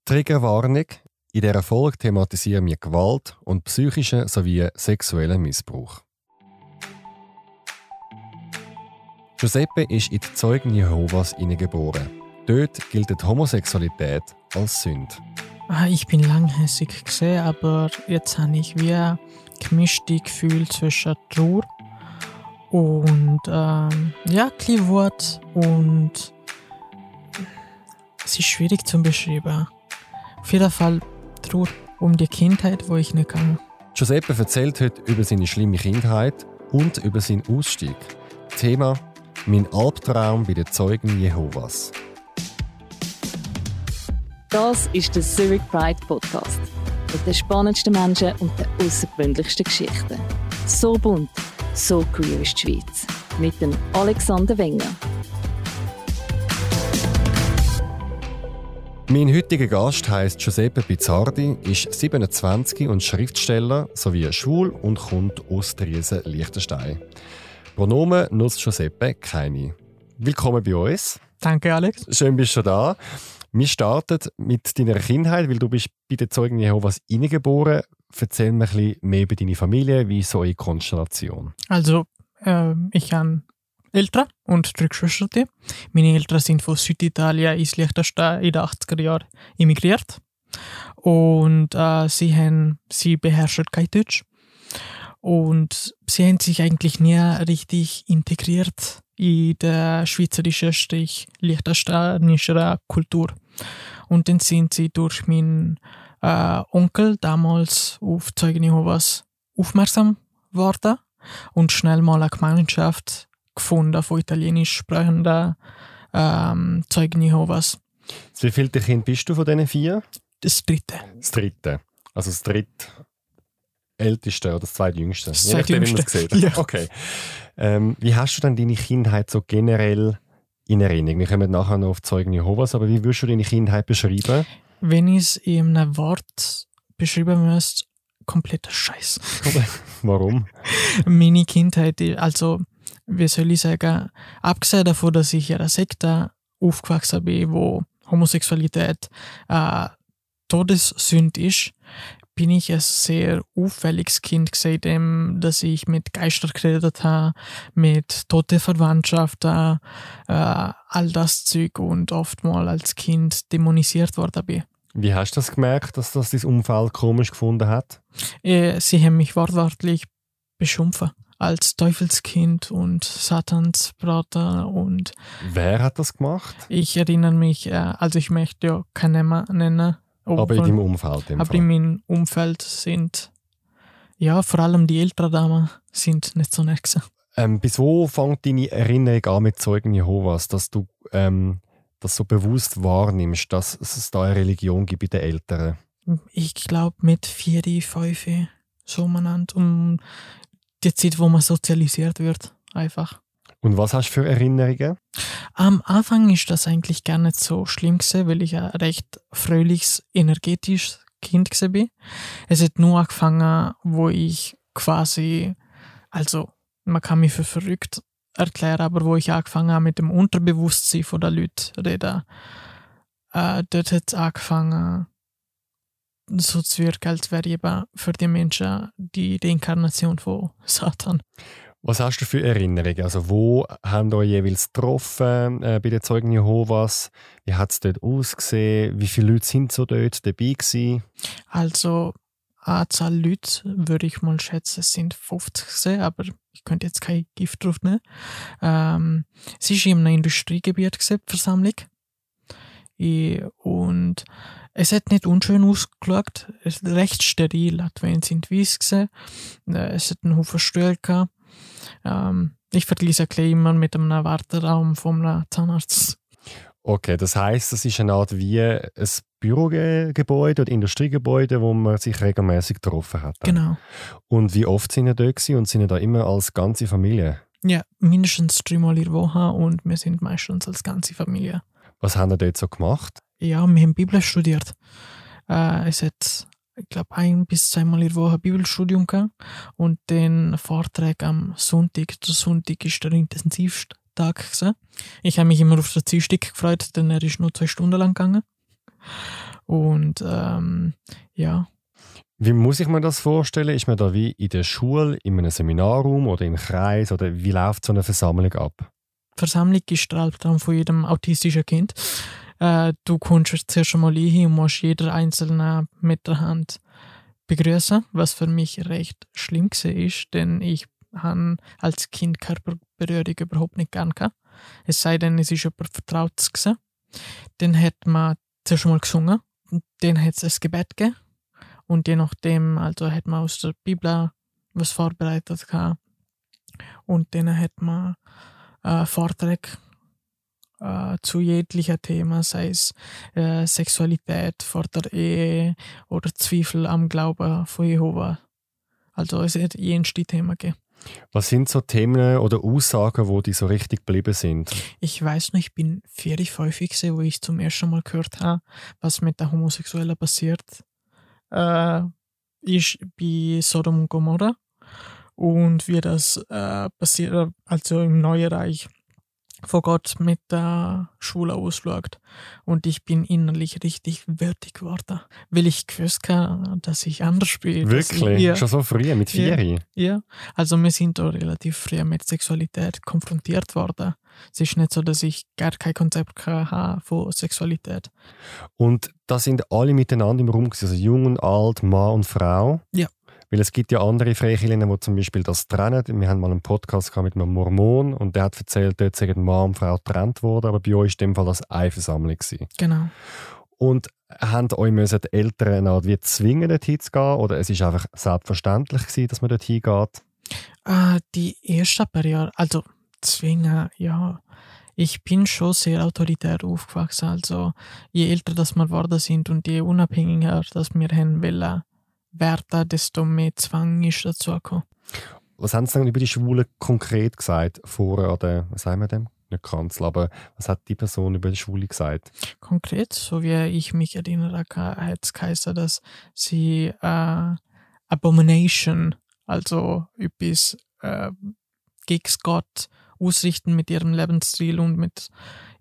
Triggerwarnung. In dieser Folge thematisieren wir Gewalt und psychischen sowie sexuellen Missbrauch. Giuseppe ist in die Zeugen Jehovas hineingeboren. Dort gilt die Homosexualität als Sünde. Ich bin langhässig gesehen, aber jetzt habe ich wie ein gemischtes Gefühl zwischen Trauer und kleine Wut, und es ist schwierig zu beschreiben. Auf jeden Fall Trauer um die Kindheit, wo ich nicht kann. Giuseppe erzählt heute über seine schlimme Kindheit und über seinen Ausstieg. Thema: Mein Albtraum bei den Zeugen Jehovas. Das ist der Zurich Pride Podcast. Mit den spannendsten Menschen und den außergewöhnlichsten Geschichten. So bunt, so queer ist die Schweiz. Mit dem Alexander Wenger. Mein heutiger Gast heisst Giuseppe Pizzardi, ist 27 und Schriftsteller sowie schwul und kommt aus Triesen-Liechtenstein. Pronomen nutzt Giuseppe keine. Willkommen bei uns. Danke, Alex. Schön, bist du da. Wir starten mit deiner Kindheit, weil du bist bei den Zeugen Jehovas hineingeboren. Erzähl mir ein bisschen mehr über deine Familie, wie ist so eure Konstellation? Also, ich habe Eltern und 3 Geschwister. Meine Eltern sind von Süditalien ins Liechtenstein in den 80er Jahren emigriert. Und sie beherrschen kein Deutsch. Und sie haben sich eigentlich nie richtig integriert in der schweizerischen-liechtensteinischen Kultur. Und dann sind sie durch meinen Onkel damals auf Zeugen Jehovas aufmerksam geworden und schnell mal eine Gemeinschaft gefunden von italienisch sprechenden Zeugen Jehovas. Wie viele Kind bist du von diesen 4? Das 3. Das 3. Also das drittälteste oder das zweitjüngste? Das zweitjüngste. Ja. Okay. Wie hast du dann deine Kindheit so generell in Erinnerung? Wir kommen nachher noch auf Zeugen Jehovas, aber wie würdest du deine Kindheit beschreiben? Wenn ich es in einem Wort beschreiben müsste, kompletter Scheiß. Warum? Meine Kindheit, also wie soll ich sagen, abgesehen davon, dass ich in einer Sekte aufgewachsen bin, wo Homosexualität Todessünde ist, bin ich ein sehr auffälliges Kind gesehen, dass ich mit Geistern geredet habe, mit toten Verwandtschaften, all das Zeug, und oftmals als Kind dämonisiert worden bin. Wie hast du das gemerkt, dass das dein Umfeld komisch gefunden hat? Sie haben mich wortwörtlich beschimpft als Teufelskind und Satansbrater. Und wer hat das gemacht? Ich erinnere mich, also ich möchte ja keinen Namen nennen. Aber in deinem Umfeld? Aber in meinem Umfeld sind, ja, vor allem die älteren Damen sind nicht so nett gewesen. Bis wo fängt deine Erinnerung an mit Zeugen Jehovas, dass du das so bewusst wahrnimmst, dass es da eine Religion gibt bei den Eltern? Ich glaube mit 4, 5 so manant, um die Zeit, wo man sozialisiert wird, einfach. Und was hast du für Erinnerungen? Am Anfang ist das eigentlich gar nicht so schlimm gewesen, weil ich ein recht fröhliches, energetisches Kind war. Es hat nur angefangen, wo ich quasi, also man kann mich für verrückt erklären, aber wo ich angefangen habe, mit dem Unterbewusstsein der Leute zu reden. Dort hat es angefangen, so zu wirken, als wäre eben für die Menschen die Reinkarnation von Satan. Was hast du für Erinnerungen? Also wo haben euch jeweils getroffen bei den Zeugen Jehovas? Wie hat es dort ausgesehen? Wie viele Leute sind so dort dabei gewesen? Also Anzahl Leute würde ich mal schätzen, es sind 50 gewesen, aber ich könnte jetzt kein Gift drauf nehmen. Es war in einem Industriegebiet gewesen, die Versammlung. Und es hat nicht unschön ausgeschaut. Es war recht steril. Die Wände sind weiss gewesen. Es hat einen Haufen Stühle gehabt. Ich vergleiche es immer mit einem Warteraum von einem Zahnarzt. Okay, das heisst, es ist eine Art wie ein Bürogebäude oder Industriegebäude, wo man sich regelmäßig getroffen hat. Genau. Und wie oft sind ihr da gewesen und sind ihr da immer als ganze Familie? Ja, mindestens 3-mal in der Woche, und wir sind meistens als ganze Familie. Was haben ihr dort so gemacht? Ja, wir haben Bibel studiert. Es hat, ich glaube, 1 bis 2-mal in der Woche Bibelstudium gehabt und den Vortrag am Sonntag. Der Sonntag ist der intensivste Tag gewesen. Ich habe mich immer auf den Dienstag gefreut, denn er ist nur 2 Stunden lang gegangen. Und ja. Wie muss ich mir das vorstellen? Ist man da wie in der Schule, in einem Seminarraum oder im Kreis? Oder wie läuft so eine Versammlung ab? Die Versammlung ist der Albtraum von jedem autistischen Kind. Du kommst zuerst einmal hin und musst jeder Einzelne mit der Hand begrüßen, was für mich recht schlimm war, denn ich habe als Kind Körperberührung überhaupt nicht gern gehabt. Es sei denn, es war jemand Vertrautes gewesen. Dann hat man zuerst einmal gesungen, dann hat es ein Gebet gegeben und je nachdem, also hat man aus der Bibel was vorbereitet gehabt und dann hat man Vorträge zu jeglichen Themen, sei es Sexualität vor der Ehe oder Zweifel am Glauben von Jehova. Also es hat jenste Themen gegeben. Was sind so Themen oder Aussagen, wo die so richtig geblieben sind? Ich weiß noch, ich bin 4, 5 gewesen, wo ich zum ersten Mal gehört habe, was mit der Homosexuellen passiert ist bei Sodom und Gomorra und wie das passiert, also im Neuen Reich von Gott mit der Schwule ausschaut. Und ich bin innerlich richtig wütig geworden, weil ich gewusst habe, dass ich anders bin. Wirklich? Ja. Schon so früh, mit 4? Ja, also wir sind da relativ früh mit Sexualität konfrontiert worden. Es ist nicht so, dass ich gar kein Konzept habe von Sexualität. Und da sind alle miteinander im Raum, also jung und alt, Mann und Frau? Ja. Weil es gibt ja andere Freikirchen, die zum Beispiel das trennen. Wir haben mal einen Podcast mit einem Mormon und der hat erzählt, dort sind Mann und Frau getrennt worden, aber bei euch war in dem Fall das eine Versammlung. Genau. Und haben euch die Eltern eine Art wie zwingen, dort hinzugehen? Oder es war einfach selbstverständlich gewesen, dass man dort hingeht? Die ersten paar Jahre, also zwingen, ja. Ich bin schon sehr autoritär aufgewachsen. Also je älter das wir geworden sind und je unabhängiger das wir haben wollen werden, desto mehr Zwang ist dazu gekommen. Was haben Sie dann über die Schwulen konkret gesagt? Vorher an der, was sagen wir dem? Nicht Kanzel, aber was hat die Person über die Schwule gesagt? Konkret, so wie ich mich erinnere, hat es geheißen, dass sie Abomination, also etwas gegen Gott ausrichten mit ihrem Lebensstil und mit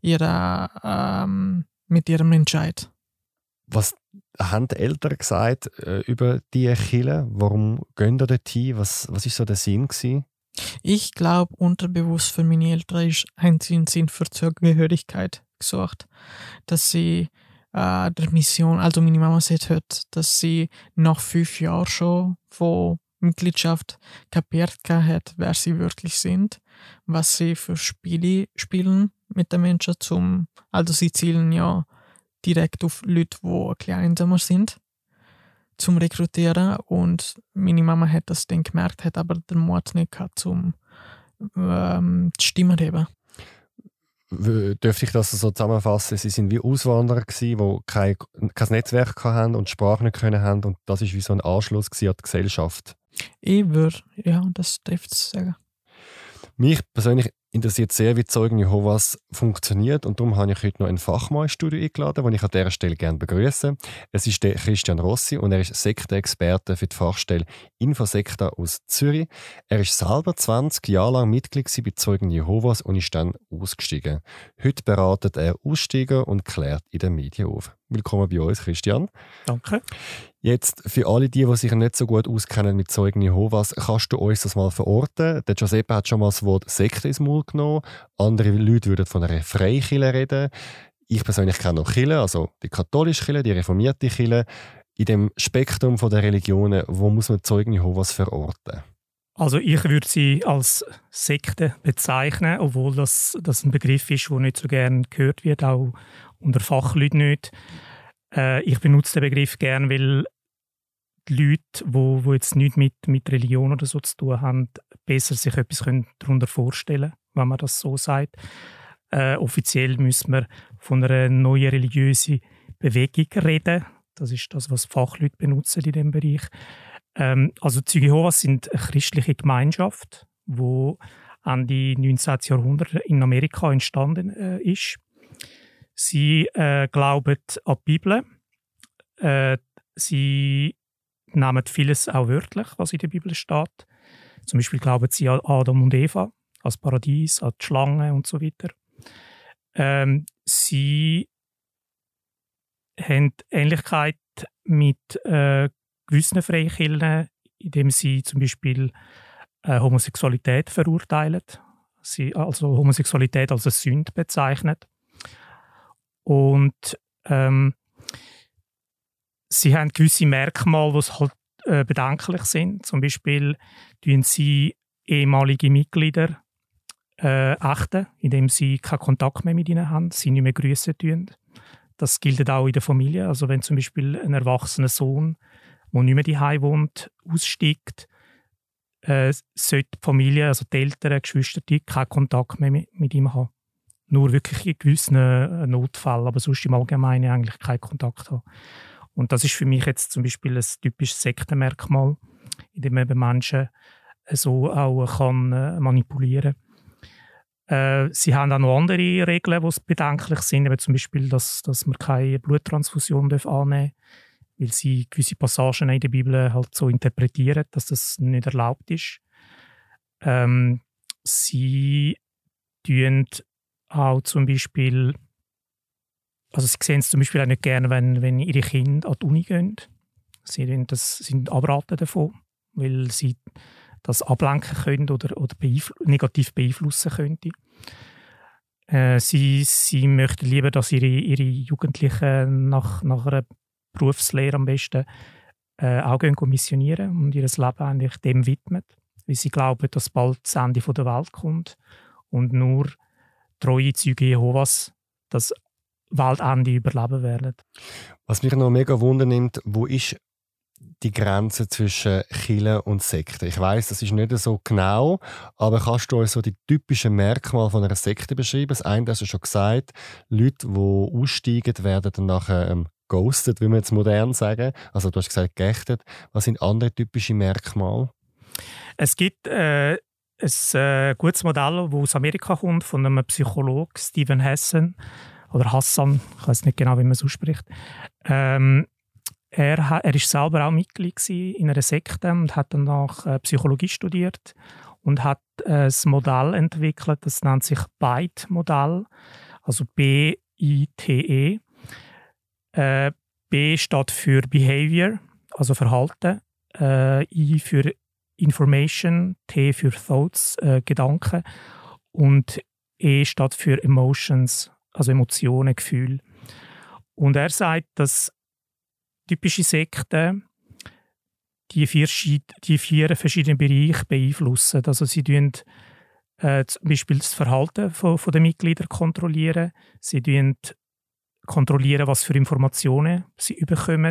ihrem Entscheid. Was haben die Eltern gesagt über die Kirche? Warum gehen ihr dort hin? Was war so der Sinn gewesen? Ich glaube, unterbewusst für meine Eltern haben sie einen Sinn für Zugehörigkeit gesucht. Dass sie der Mission, also meine Mama sagt heute, dass sie nach 5 Jahren schon von Mitgliedschaft kapiert hat, wer sie wirklich sind, was sie für Spiele spielen mit den Menschen. Also sie zielen ja direkt auf Leute, die klein einsamer sind, zum Rekrutieren. Und meine Mama hat das dann gemerkt, hat aber den Mut nicht gehabt, zum die Stimme zu heben. Dürfte ich das so zusammenfassen? Sie sind wie Auswanderer gewesen, die kein Netzwerk hatten und die Sprache nicht können haben, und das war wie so ein Anschluss an die Gesellschaft. Ich würde, ja, das trifft es sagen. Mich persönlich interessiert sehr, wie Zeugen Jehovas funktioniert, und darum habe ich heute noch einen Fachmann ins Studio eingeladen, den ich an dieser Stelle gerne begrüße. Es ist der Christian Rossi und er ist Sektenexperte für die Fachstelle Infosekta aus Zürich. Er ist selber 20 Jahre lang Mitglied bei Zeugen Jehovas und ist dann ausgestiegen. Heute beratet er Aussteiger und klärt in den Medien auf. Willkommen bei uns, Christian. Danke. Jetzt, für alle die sich nicht so gut auskennen mit Zeugen Jehovas, kannst du uns das mal verorten? Der Giuseppe hat schon mal das Wort Sekte ins Maul genommen. Andere Leute würden von einer Freikirche reden. Ich persönlich kenne noch Kirche, also die katholische Kirche, die reformierte Kirche. In dem Spektrum der Religionen, wo muss man Zeugen Jehovas verorten? Also ich würde sie als Sekte bezeichnen, obwohl das ein Begriff ist, der nicht so gerne gehört wird, auch unter Fachleuten nicht. Ich benutze den Begriff gerne, weil die Leute, die jetzt nichts mit Religion oder so zu tun haben, besser sich etwas darunter vorstellen können, wenn man das so sagt. Offiziell müssen wir von einer neuen religiösen Bewegung reden. Das ist das, was Fachleute benutzen in diesem Bereich. Also Zeugen Jehovas sind eine christliche Gemeinschaft, die Ende 19. Jahrhundert in Amerika entstanden ist. Sie glauben an die Bibel. Sie nehmen vieles auch wörtlich, was in der Bibel steht. Zum Beispiel glauben sie an Adam und Eva, als Paradies, an die Schlange und so weiter. Sie haben Ähnlichkeit mit gewissen Freikirchen, indem sie zum Beispiel Homosexualität verurteilen. Sie also Homosexualität als eine Sünde bezeichnet. Und sie haben gewisse Merkmale, die halt bedenklich sind. Zum Beispiel tun sie ehemalige Mitglieder achten, indem sie keinen Kontakt mehr mit ihnen haben, sie nicht mehr grüßen tun. Das gilt auch in der Familie. Also wenn zum Beispiel ein erwachsener Sohn, der nicht mehr daheim wohnt, aussteigt, sollte die Familie, also die Eltern, die Geschwister, keinen Kontakt mehr mit ihm haben. Nur wirklich in gewissen Notfällen, aber sonst im Allgemeinen eigentlich keinen Kontakt haben. Und das ist für mich jetzt zum Beispiel ein typisches Sektenmerkmal, in dem man eben Menschen so auch kann manipulieren kann. Sie haben auch noch andere Regeln, die bedenklich sind, eben zum Beispiel, dass man keine Bluttransfusion annehmen darf, weil sie gewisse Passagen in der Bibel halt so interpretieren, dass das nicht erlaubt ist. Sie tun auch zum Beispiel, also sie sehen es zum Beispiel auch nicht gerne, wenn ihre Kinder an die Uni gehen. Sie sind abraten davon, weil sie das ablenken können oder negativ beeinflussen könnte. Sie möchten lieber, dass ihre Jugendlichen nach einer Berufslehre am besten auch missionieren und ihr Leben eigentlich dem widmen, weil sie glauben, dass bald das Ende der Welt kommt und nur treue Zeugen Jehovas das Weltende überleben werden. Was mich noch mega wundernimmt, wo ist die Grenze zwischen Kirche und Sekte? Ich weiss, das ist nicht so genau, aber kannst du uns so die typischen Merkmale von einer Sekte beschreiben? Das eine hast du schon gesagt, Leute, die aussteigen, werden dann nachher ghosted, wie wir jetzt modern sagen. Also du hast gesagt, geächtet. Was sind andere typische Merkmale? Es gibt ein gutes Modell, das aus Amerika kommt, von einem Psychologen, Steven Hassan, oder Hassan, ich weiß nicht genau, wie man es ausspricht. Er war selber auch Mitglied in einer Sekte und hat danach Psychologie studiert und hat ein Modell entwickelt, das nennt sich BITE-Modell, also B-I-T-E. B steht für Behavior, also Verhalten, I für Information, T für Thoughts, Gedanken und E steht für Emotions, also Emotionen, Gefühle. Und er sagt, dass typische Sekten die vier verschiedenen Bereiche beeinflussen. Also sie tun zum Beispiel das Verhalten der Mitglieder kontrollieren. Sie kontrollieren, was für Informationen sie bekommen.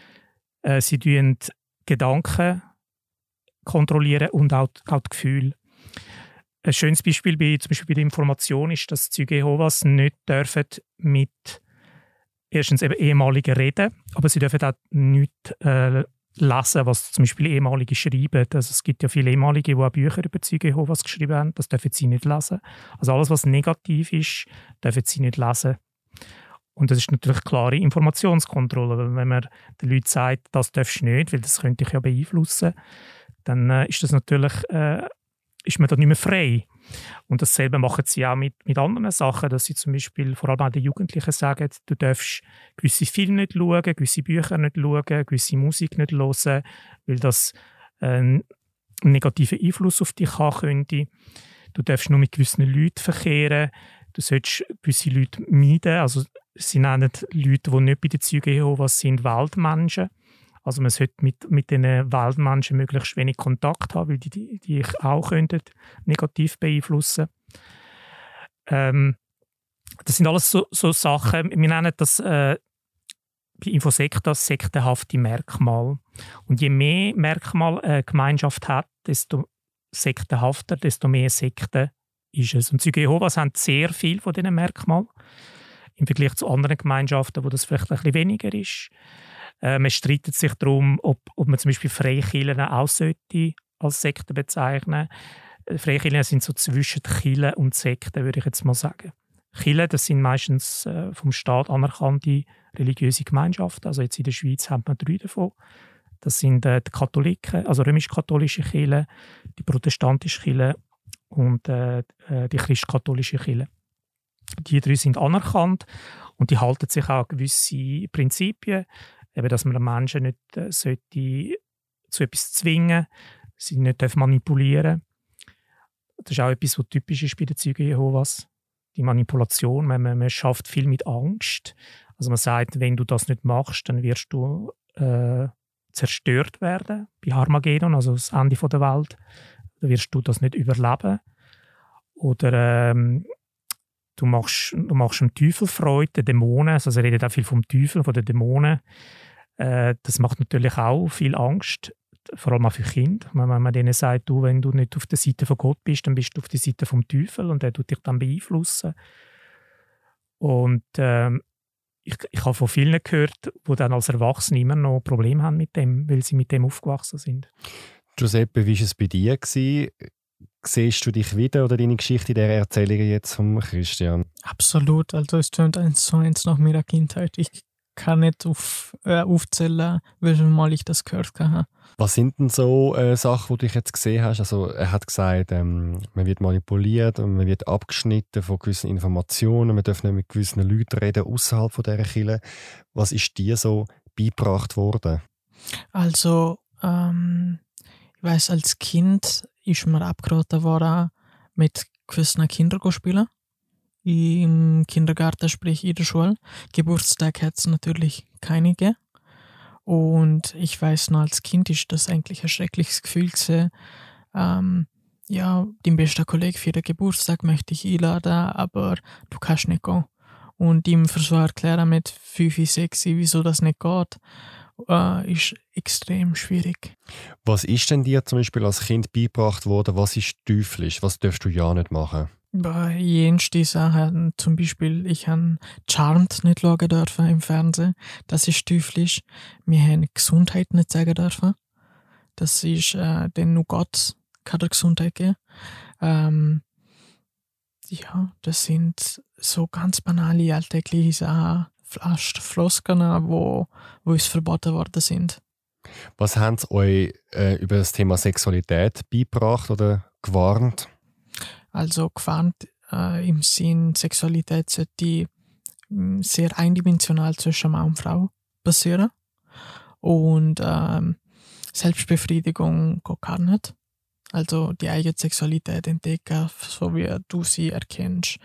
Sie kontrollieren Gedanken kontrollieren und auch die Gefühle. Ein schönes Beispiel zum Beispiel bei der Information ist, dass Zeugen Jehovas nicht dürfen mit erstens eben Ehemaligen reden, aber sie dürfen auch nicht lesen, was zum Beispiel Ehemalige schreiben. Also es gibt ja viele Ehemalige, die auch Bücher über Zeugen Jehovas geschrieben haben, das dürfen sie nicht lesen. Also alles, was negativ ist, dürfen sie nicht lesen. Und das ist natürlich klare Informationskontrolle, weil wenn man den Leuten sagt, das darfst du nicht, weil das könnte dich ja beeinflussen, dann ist das natürlich ist man dann nicht mehr frei. Und dasselbe machen sie auch mit anderen Sachen, dass sie zum Beispiel vor allem auch den Jugendlichen sagen, du darfst gewisse Filme nicht schauen, gewisse Bücher nicht schauen, gewisse Musik nicht hören, weil das einen negativen Einfluss auf dich haben könnte. Du darfst nur mit gewissen Leuten verkehren, du solltest gewisse Leute meiden. Also sie nennen Leute, die nicht bei den Zeugen Jehovas sind, Weltmenschen. Also man sollte mit diesen Weltmenschen möglichst wenig Kontakt haben, weil die ich auch negativ beeinflussen könnten. Das sind alles so Sachen, wir nennen das bei Infosecta sektenhafte Merkmale. Und je mehr Merkmal eine Gemeinschaft hat, desto sektenhafter, desto mehr Sekten ist es. Und Zeugen Jehovas haben sehr viel von diesen Merkmalen im Vergleich zu anderen Gemeinschaften, wo das vielleicht ein bisschen weniger ist. Man streitet sich darum, ob man zum Beispiel Freikirchen auch sollte als Sekten bezeichnen. Freikirchen sind so zwischen Kirche und Sekten, würde ich jetzt mal sagen. Kirchen, das sind meistens vom Staat anerkannte religiöse Gemeinschaften. Also jetzt in der Schweiz haben wir 3 davon. Das sind die Katholiken, also römisch-katholische Kirche, die protestantische Kirche und die christkatholische Kirche. Die 3 sind anerkannt Und die halten sich auch an gewisse Prinzipien, eben, dass man den Menschen nicht sollte zu etwas zwingen, sie nicht manipulieren darf. Das ist auch etwas, was typisch ist bei den Zeugen Jehovas. Die Manipulation, man schafft viel mit Angst. Also man sagt, wenn du das nicht machst, dann wirst du zerstört werden bei Armageddon, also das Ende der Welt. Dann wirst du das nicht überleben. Oder du machst dem Teufel Freude, den Dämonen, also er redet auch viel vom Teufel, von den Dämonen. Das macht natürlich auch viel Angst, vor allem auch für Kinder. Wenn man denen sagt, wenn du nicht auf der Seite von Gott bist, dann bist du auf der Seite vom Teufel und der tut dich dann beeinflussen. Und ich habe von vielen gehört, die dann als Erwachsene immer noch Probleme haben mit dem, weil sie mit dem aufgewachsen sind. Giuseppe, wie war es bei dir? Siehst du dich wieder oder deine Geschichte in dieser Erzählung jetzt von Christian? Absolut, also es tönt 1:1 nach meiner Kindheit. Ich kann nicht aufzählen, welches Mal ich das gehört habe. Was sind denn so Sachen, die du jetzt gesehen hast? Also er hat gesagt, man wird manipuliert und man wird abgeschnitten von gewissen Informationen, man darf nicht mit gewissen Leuten reden außerhalb von dieser Kirche. Was ist dir so beigebracht worden? Also ich weiss, als Kind ist mir abgeraten worden, mit gewissen Kindern zu spielen. Im Kindergarten, sprich in der Schule. Geburtstag hat es natürlich keine gegeben. Und ich weiss noch, als Kind ist das eigentlich ein schreckliches Gefühl gewesen. Dein bester Kollege für den Geburtstag möchte ich einladen, aber du kannst nicht gehen. Und ihm versuchen erklären mit 5, 6, wieso das nicht geht, ist extrem schwierig. Was ist denn dir zum Beispiel als Kind beigebracht worden? Was ist teuflisch? Was darfst du ja nicht machen? Jenste Sachen, zum Beispiel, ich habe Charmed nicht schauen dürfen im Fernsehen. Das ist teuflisch. Wir haben Gesundheit nicht sagen dürfen. Das ist, denn nur Gott kann der Gesundheit geben. Das sind so ganz banale, alltägliche Sachen, Floskeln, wo uns verboten worden sind. Was haben sie euch über das Thema Sexualität beigebracht oder gewarnt? Also gewarnt im Sinn, Sexualität sollte sehr eindimensional zwischen Mann und Frau passieren. Und Selbstbefriedigung geht gar nicht. Also die eigene Sexualität entdecken, so wie du sie erkennst.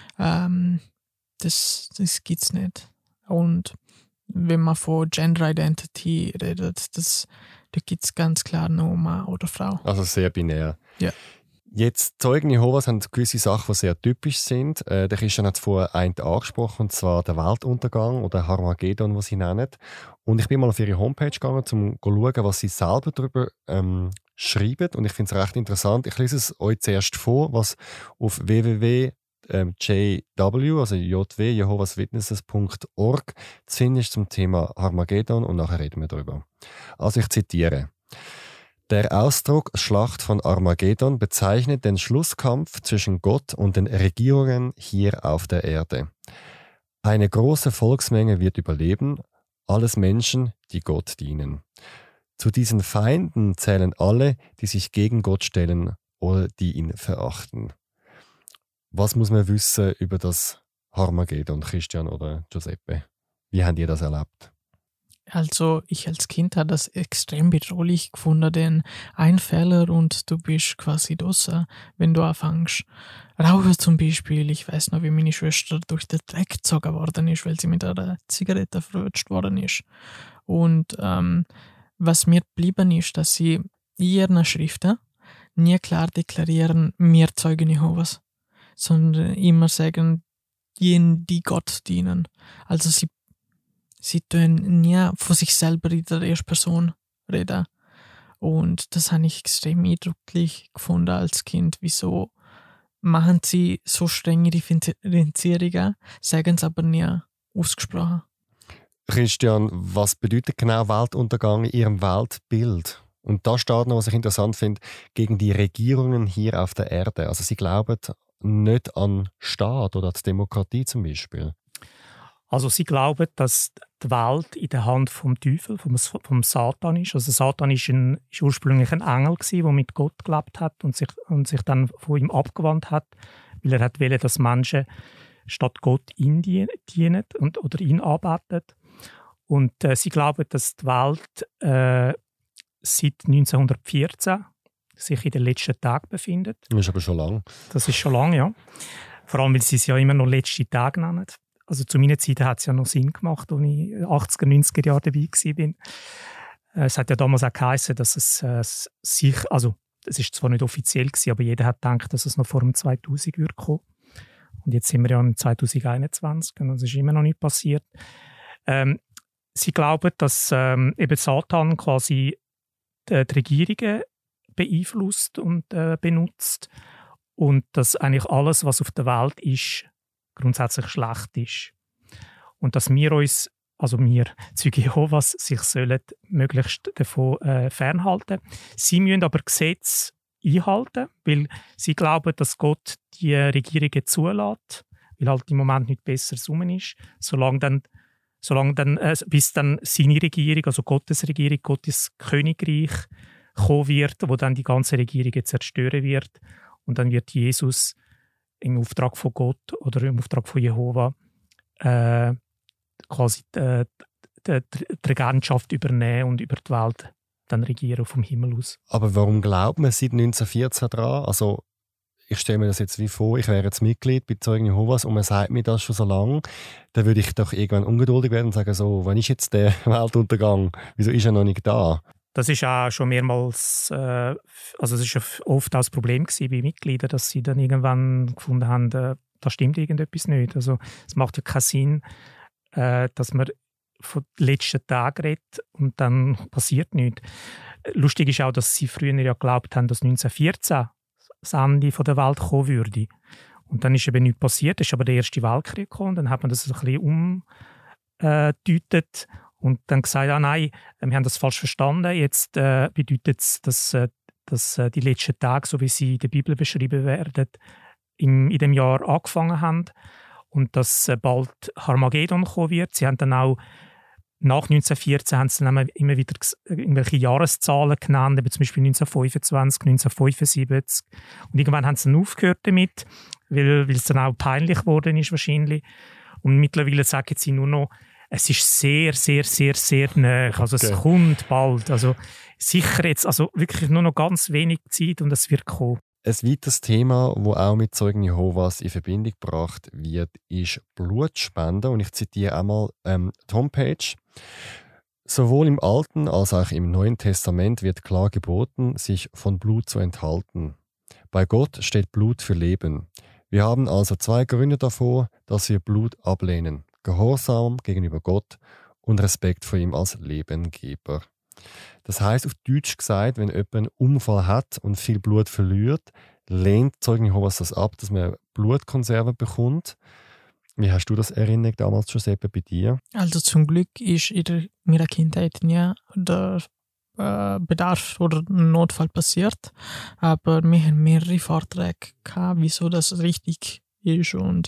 Das gibt es nicht. Und wenn man von Gender Identity redet, da gibt es ganz klar nur Mann oder Frau. Also sehr binär. Ja. Jetzt, Zeugen Jehovas haben gewisse Sachen, die sehr typisch sind. Der Christian hat es vorher angesprochen, und zwar der Weltuntergang oder Armageddon, was sie nennen. Und ich bin mal auf ihre Homepage gegangen, um zu schauen, was sie selber darüber schreiben. Und ich finde es recht interessant. Ich lese es euch zuerst vor, was auf www.jw, also jehovaswitnesses.org zu finden ist zum Thema Armageddon, und nachher reden wir darüber. Also ich zitiere. Der Ausdruck Schlacht von Armageddon bezeichnet den Schlusskampf zwischen Gott und den Regierungen hier auf der Erde. Eine große Volksmenge wird überleben, alles Menschen, die Gott dienen. Zu diesen Feinden zählen alle, die sich gegen Gott stellen oder die ihn verachten. Was muss man wissen über das Armageddon, Christian oder Giuseppe? Wie habt ihr das erlebt? Also ich als Kind habe das extrem bedrohlich gefunden, denn ein Fehler und du bist quasi draussen, wenn du anfängst. Rauchen zum Beispiel. Ich weiß noch, wie meine Schwester durch den Dreck gezogen worden ist, weil sie mit einer Zigarette verwutscht worden ist. Und was mir geblieben ist, dass sie in ihren Schriften nie klar deklarieren, wir Zeugen Jehovas, sondern immer sagen, jenen, die Gott dienen. Also sie tun nie von sich selber in der ersten Person reden. Und das habe ich extrem eindrücklich gefunden als Kind. Wieso machen sie so strenge Differenzierungen, sagen es aber nie ausgesprochen. Christian, was bedeutet genau Weltuntergang in Ihrem Weltbild? Und da steht noch, was ich interessant finde, gegen die Regierungen hier auf der Erde. Also Sie glauben nicht an Staat oder an die Demokratie zum Beispiel? Also sie glauben, dass die Welt in der Hand vom Teufel, vom Satan ist. Also Satan ist ursprünglich ein Engel der mit Gott gelebt hat und sich dann von ihm abgewandt hat, weil er wollte, dass Menschen statt Gott ihn dienen oder ihn anbeten. Und sie glauben, dass die Welt seit 1914 sich in den letzten Tagen befindet. Das ist aber schon lang. Das ist schon lange, ja. Vor allem, weil sie es ja immer noch letzte Tage nennen. Also zu meiner Zeit hat es ja noch Sinn gemacht, als ich 80er, 90er Jahre dabei war. Es hat ja damals auch geheißen, dass es also es ist zwar nicht offiziell gewesen, aber jeder hat gedacht, dass es noch vor dem 2000 würde kommen. Und jetzt sind wir ja im 2021 und es ist immer noch nicht passiert. Sie glauben, dass eben Satan quasi die Regierungen beeinflusst und benutzt und dass eigentlich alles, was auf der Welt ist, grundsätzlich schlecht ist. Und dass wir uns, also wir Zeugen Jehovas, sich sollen möglichst davon fernhalten. Sie müssen aber Gesetze einhalten, weil sie glauben, dass Gott die Regierungen zulässt, weil halt im Moment nichts Besseres rum ist, bis dann seine Regierung, also Gottes Regierung, Gottes Königreich kommen wird, wo dann die ganze Regierung zerstören wird. Und dann wird Jesus im Auftrag von Gott oder im Auftrag von Jehova quasi die Regentschaft übernehmen und über die Welt dann regieren vom Himmel aus. Aber warum glaubt man seit 1914 daran? Also ich stelle mir das jetzt wie vor, ich wäre jetzt Mitglied bei Zeugen Jehovas und man sagt mir das schon so lange, dann würde ich doch irgendwann ungeduldig werden und sagen, so, wann ist jetzt der Weltuntergang? Wieso ist er noch nicht da? Das ist auch schon mehrmals, also es ist oft auch das Problem gewesen bei Mitgliedern, dass sie dann irgendwann gefunden haben, da stimmt irgendetwas nicht. Also es macht ja keinen Sinn, dass man von den letzten Tagen redet und dann passiert nichts. Lustig ist auch, dass sie früher ja geglaubt haben, dass 1914 das Ende der Welt kommen würde. Und dann ist eben nichts passiert, es ist aber der Erste Weltkrieg gekommen, und dann hat man das ein bisschen umgedeutet und dann gesagt, nein, wir haben das falsch verstanden, jetzt bedeutet es, dass die letzten Tage, so wie sie in der Bibel beschrieben werden, in dem Jahr angefangen haben und dass bald Armageddon kommen wird. Sie haben dann auch nach 1914 haben sie dann immer wieder irgendwelche Jahreszahlen genannt, eben zum Beispiel 1925, 1975. Und irgendwann haben sie dann aufgehört damit, weil es dann auch peinlich geworden ist wahrscheinlich. Und mittlerweile sagen sie nur noch, es ist sehr, sehr, sehr, sehr nahe. Also es kommt bald. Also sicher jetzt, also wirklich nur noch ganz wenig Zeit und es wird kommen. Ein weiteres Thema, das auch mit Zeugen Jehovas in Verbindung gebracht wird, ist Blutspende. Und ich zitiere einmal die Homepage. Sowohl im Alten als auch im Neuen Testament wird klar geboten, sich von Blut zu enthalten. Bei Gott steht Blut für Leben. Wir haben also zwei Gründe davor, dass wir Blut ablehnen. Gehorsam gegenüber Gott und Respekt vor ihm als Lebengeber. Das heisst, auf Deutsch gesagt, wenn jemand einen Unfall hat und viel Blut verliert, lehnt Zeugen Jehovas das ab, dass man Blutkonserven bekommt. Wie hast du das erinnert damals, Giuseppe, bei dir? Also zum Glück ist in meiner Kindheit nie der Bedarf oder Notfall passiert, aber wir haben mehrere Vorträge gehabt, wieso das richtig ist, und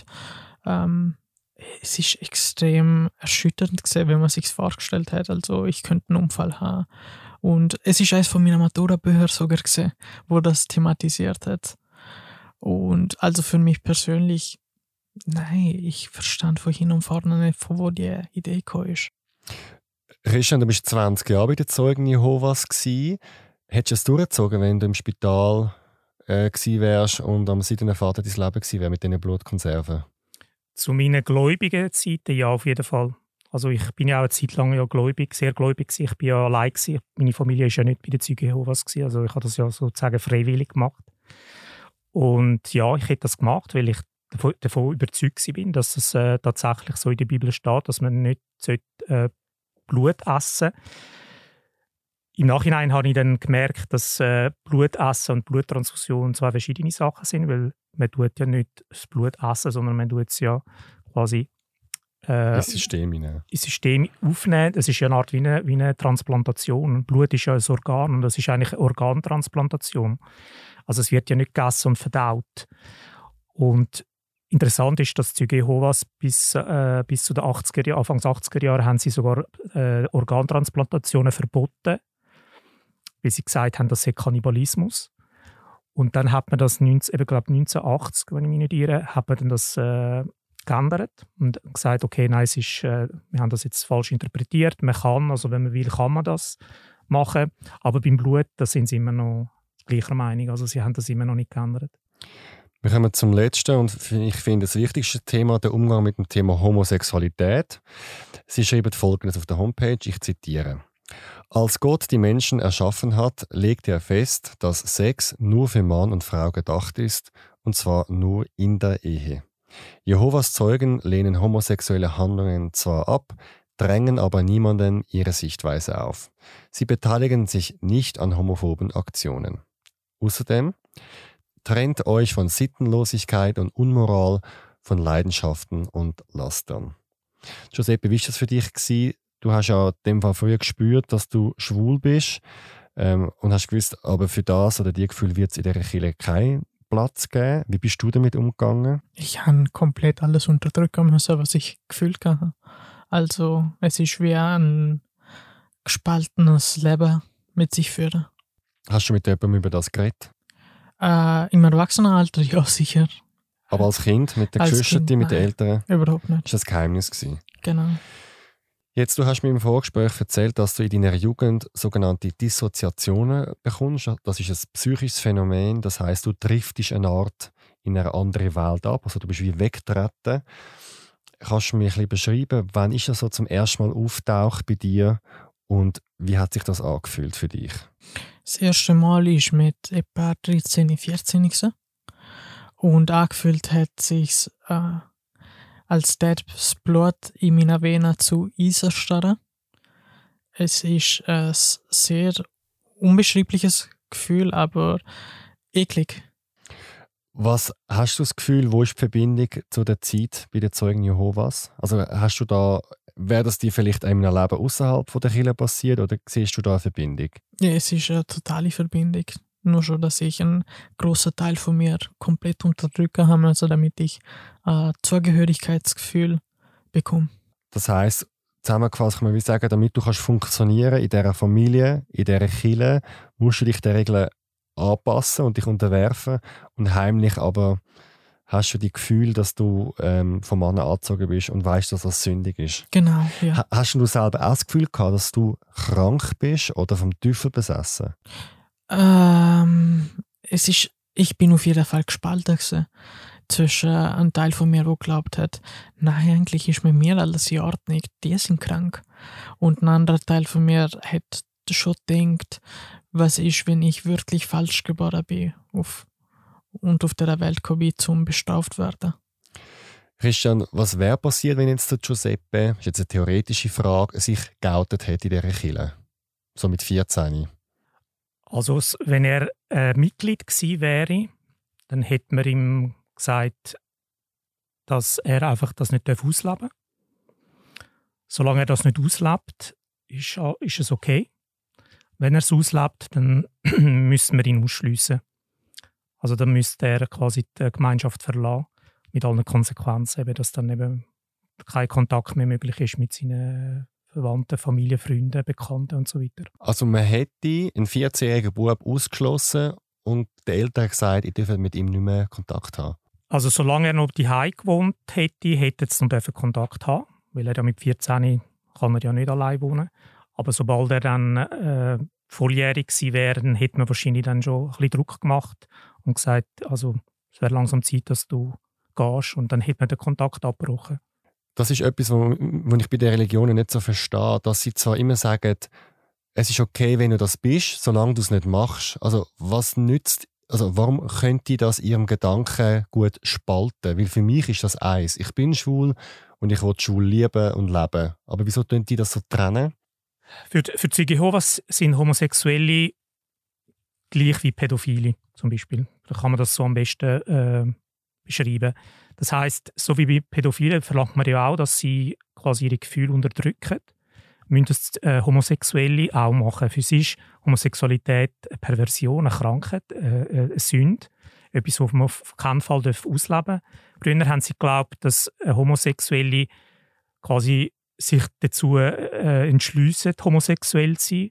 es ist extrem erschütternd gewesen, wenn man sich vorgestellt hat. Also ich könnte einen Unfall haben. Und es ist eines von meinen Matura-Büchern sogar gewesen, wo das thematisiert hat. Und also für mich persönlich, nein, ich verstand von hin und vorne nicht, von wo die Idee gekommen ist. Christian, du bist 20 Jahre bei den Zeugen Jehovas gewesen. Hättest du es durchgezogen, wenn du im Spital gewesen wärst und am seitenen Vater dein Leben gewesen wäre mit diesen Blutkonserven? Zu meinen gläubigen Zeiten ja, auf jeden Fall. Also ich bin ja auch eine Zeit lang ja gläubig, sehr gläubig gewesen. Ich bin ja allein gewesen. Meine Familie war ja nicht bei den Zeugen Jehovas gewesen. Also ich habe das ja sozusagen freiwillig gemacht. Und ja, ich hätte das gemacht, weil ich davon überzeugt bin, dass es tatsächlich so in der Bibel steht, dass man nicht Blut essen sollte. Im Nachhinein habe ich dann gemerkt, dass Blutessen und Bluttransfusion zwei verschiedene Sachen sind, weil man tut ja nicht das Blut essen, sondern man tut es ja quasi ins System aufnehmen. Das ist ja eine Art wie eine Transplantation. Blut ist ja ein Organ und das ist eigentlich eine Organtransplantation. Also es wird ja nicht gegessen und verdaut. Und interessant ist, dass die Zeugen Jehovas bis zu den Anfangs 80er Jahren haben sie sogar Organtransplantationen verboten, weil sie gesagt haben, das sei Kannibalismus. Und dann hat man das 1980, wenn ich mich nicht irre, hat man dann das geändert und gesagt, okay, nein, wir haben das jetzt falsch interpretiert. Man kann, also wenn man will, kann man das machen. Aber beim Blut, da sind sie immer noch gleicher Meinung. Also sie haben das immer noch nicht geändert. Wir kommen zum letzten und ich finde das wichtigste Thema, der Umgang mit dem Thema Homosexualität. Sie schreiben Folgendes auf der Homepage, ich zitiere. Als Gott die Menschen erschaffen hat, legte er fest, dass Sex nur für Mann und Frau gedacht ist, und zwar nur in der Ehe. Jehovas Zeugen lehnen homosexuelle Handlungen zwar ab, drängen aber niemanden ihre Sichtweise auf. Sie beteiligen sich nicht an homophoben Aktionen. Außerdem trennt euch von Sittenlosigkeit und Unmoral, von Leidenschaften und Lastern. Giuseppe, wie war das für dich gewesen? Du hast ja in dem Fall früher gespürt, dass du schwul bist und hast gewusst, aber für das oder die Gefühl wird es in dieser Kirche keinen Platz geben. Wie bist du damit umgegangen? Ich habe komplett alles unterdrücken müssen, was ich gefühlt habe. Also es ist wie ein gespaltenes Leben mit sich führen. Hast du mit jemandem über das geredet? Im Erwachsenenalter, ja sicher. Aber als Kind, mit den Geschwistern, mit den Eltern? Überhaupt nicht. Das war ein Geheimnis gewesen. Genau. Jetzt, du hast mir im Vorgespräch erzählt, dass du in deiner Jugend sogenannte Dissoziationen bekommst. Das ist ein psychisches Phänomen, das heisst, du driftest eine Art in eine andere Welt ab, also du bist wie weggetreten. Kannst du mir ein bisschen beschreiben, wann ist das so zum ersten Mal auftaucht bei dir und wie hat sich das angefühlt für dich? Das erste Mal war mit etwa 13, 14 gewesen. Und angefühlt hat es sich als das Blut in meiner Vene zu Eis erstarren. Es ist ein sehr unbeschreibliches Gefühl, aber eklig. Was hast du das Gefühl, wo ist die Verbindung zu der Zeit bei den Zeugen Jehovas? Also hast du da, wäre das dir vielleicht in einem Leben außerhalb der Kirche passiert oder siehst du da eine Verbindung? Ja, es ist eine totale Verbindung. Nur schon, dass ich einen grossen Teil von mir komplett unterdrücken habe, also damit ich ein Zugehörigkeitsgefühl bekomme. Das heisst, zusammengefasst kann man wie sagen, damit du kannst funktionieren in dieser Familie, in dieser Kirche, musst du dich den Regeln anpassen und dich unterwerfen und heimlich aber hast du das Gefühl, dass du vom Mann angezogen bist und weißt, dass das sündig ist. Genau, ja. Hast du selber auch das Gefühl gehabt, dass du krank bist oder vom Teufel besessen? Ich bin auf jeden Fall gespalten gewesen. Zwischen einem Teil von mir, der geglaubt hat, nein, eigentlich ist mit mir alles in Ordnung, die sind krank. Und ein anderer Teil von mir hat schon gedacht, was ist, wenn ich wirklich falsch geboren bin und auf der Welt komme, um bestraft werden. Christian, was wäre passiert, wenn jetzt der Giuseppe, das ist jetzt eine theoretische Frage, sich geoutet hätte in dieser Kirche? So mit 14? Also wenn er Mitglied gewesen wäre, dann hätte man ihm gesagt, dass er einfach das nicht ausleben darf. Solange er das nicht auslebt, ist es okay. Wenn er es auslebt, dann müssen wir ihn ausschliessen. Also dann müsste er quasi die Gemeinschaft verlassen, mit allen Konsequenzen, eben, dass dann eben kein Kontakt mehr möglich ist mit seinen Verwandten, Familie, Freunden, Bekannten und so weiter. Also man hätte einen 14-jährigen Bub ausgeschlossen und die Eltern gesagt, ich dürfe mit ihm nicht mehr Kontakt haben. Also solange er noch daheim gewohnt hätte, hätte er noch Kontakt haben, weil er ja mit 14 kann er ja nicht allein wohnen. Aber sobald er dann volljährig gewesen wäre, dann hätte man wahrscheinlich dann schon ein bisschen Druck gemacht und gesagt, also es wäre langsam Zeit, dass du gehst, und dann hätte man den Kontakt abgebrochen. Das ist etwas, was ich bei den Religionen nicht so verstehe, dass sie zwar immer sagen, es ist okay, wenn du das bist, solange du es nicht machst. Also was nützt, also warum könnte das ihrem Gedanken gut spalten? Weil für mich ist das eins. Ich bin schwul und ich will schwul lieben und leben. Aber wieso tun die das so trennen? Für die Zeugen Jehovas sind Homosexuelle gleich wie Pädophile zum Beispiel. Da kann man das so am besten beschreiben. Das heisst, so wie bei Pädophilen verlangt man ja auch, dass sie quasi ihre Gefühle unterdrücken. Müssen das Homosexuelle auch machen. Für sie ist Homosexualität eine Perversion, eine Krankheit, eine Sünde. Etwas, was man auf keinen Fall ausleben darf. Früher haben sie geglaubt, dass Homosexuelle quasi sich dazu entschliessen, homosexuell zu sein.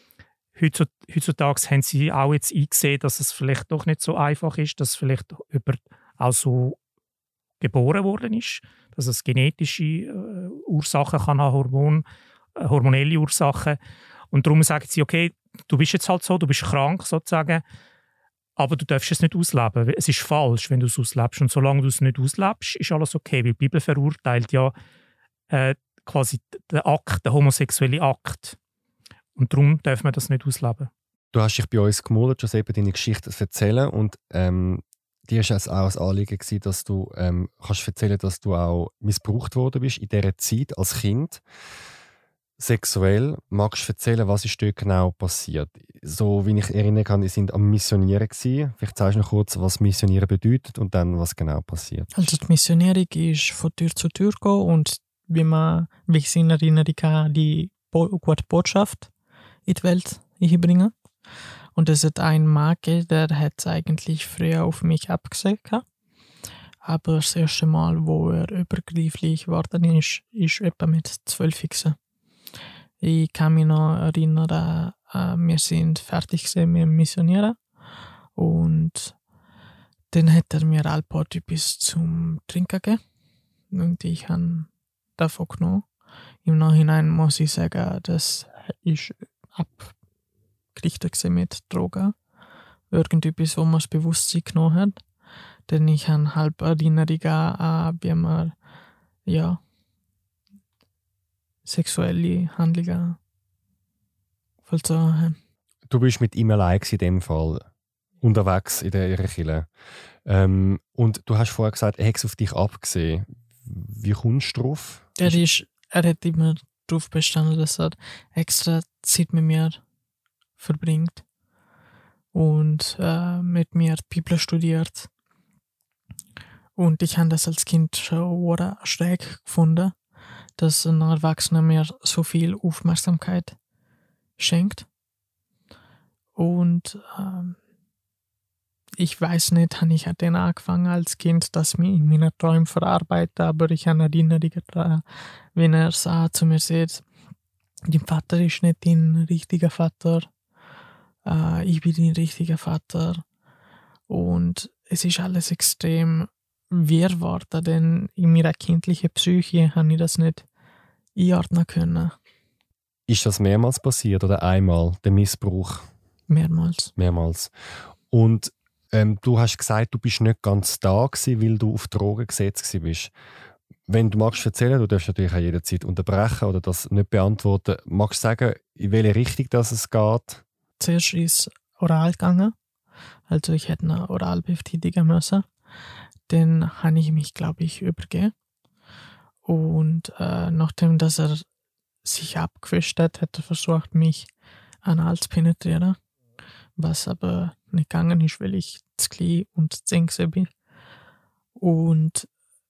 Heutzutage haben sie auch jetzt eingesehen, dass es vielleicht doch nicht so einfach ist, dass vielleicht jemand auch so geboren worden ist, dass es genetische Ursachen kann haben, hormonelle Ursachen. Und darum sagen sie, okay, du bist jetzt halt so, du bist krank sozusagen, aber du darfst es nicht ausleben. Es ist falsch, wenn du es auslebst. Und solange du es nicht auslebst, ist alles okay, weil die Bibel verurteilt ja quasi den homosexuellen Akt. Und darum darf man das nicht ausleben. Du hast dich bei uns gemeldet, Giuseppe, deine Geschichte zu erzählen. Und dir war es auch ein Anliegen, dass du kannst erzählen, dass du auch missbraucht worden bist in dieser Zeit als Kind. Sexuell. Magst du erzählen, was ist dort genau passiert? So wie ich erinnern kann, ihr seid am Missionieren gewesen. Vielleicht zeigst du noch kurz, was Missionieren bedeutet und dann, was genau passiert. Also die Missionierung ist von Tür zu Tür gehen und wie ich in Erinnerung habe, die gute Botschaft in die Welt bringen. Und es hat einen Mann gegeben, der hat eigentlich früher auf mich abgesehen. Aber das erste Mal, wo er übergrifflich geworden ist etwa mit 12 gewesen. Ich kann mich noch erinnern, wir sind fertig gewesen mit dem Missionieren. Und dann hat er mir ein paar etwas zum Trinken gegeben. Und ich habe davon genommen. Im Nachhinein muss ich sagen, das ist abgerichtet mit Drogen. Irgendetwas, wo man das Bewusstsein genommen hat. Denn ich habe halb Erinnerungen an, wie man sexuelle Handlungen vollzogen haben. Du bist mit ihm allein in dem Fall unterwegs in der Kirche. Und du hast vorher gesagt, er hat es auf dich abgesehen. Wie kommst du drauf? Er hat immer darauf bestanden, dass er extra Zeit mit mir verbringt und mit mir die Bibel studiert. Und ich habe das als Kind schon schräg gefunden, dass ein Erwachsener mir so viel Aufmerksamkeit schenkt. Und ich weiß nicht, habe ich dann angefangen als Kind, das mich in meinen Träumen verarbeitet, aber ich habe Erinnerungen daran, wenn er zu mir sagt, dein Vater ist nicht dein richtiger Vater, ich bin dein richtiger Vater. Und es ist alles extrem wirr geworden, denn in meiner kindlichen Psyche habe ich das nicht einordnen können. Ist das mehrmals passiert oder einmal, der Missbrauch? Mehrmals. Und du hast gesagt, du bist nicht ganz da gewesen, weil du auf Drogen gesetzt bist. Wenn du magst erzählen, du darfst natürlich auch jederzeit unterbrechen oder das nicht beantworten. Magst du sagen, in welche Richtung das es geht? Zuerst ist es oral gegangen. Also ich hätte eine oral betätigen müssen. Dann habe ich mich, glaube ich, übergeben. Und nachdem dass er sich abgewischt hat, hat er versucht, mich anal zu penetrieren. Was aber nicht gegangen ist, weil ich zu klein und zu eng bin. Und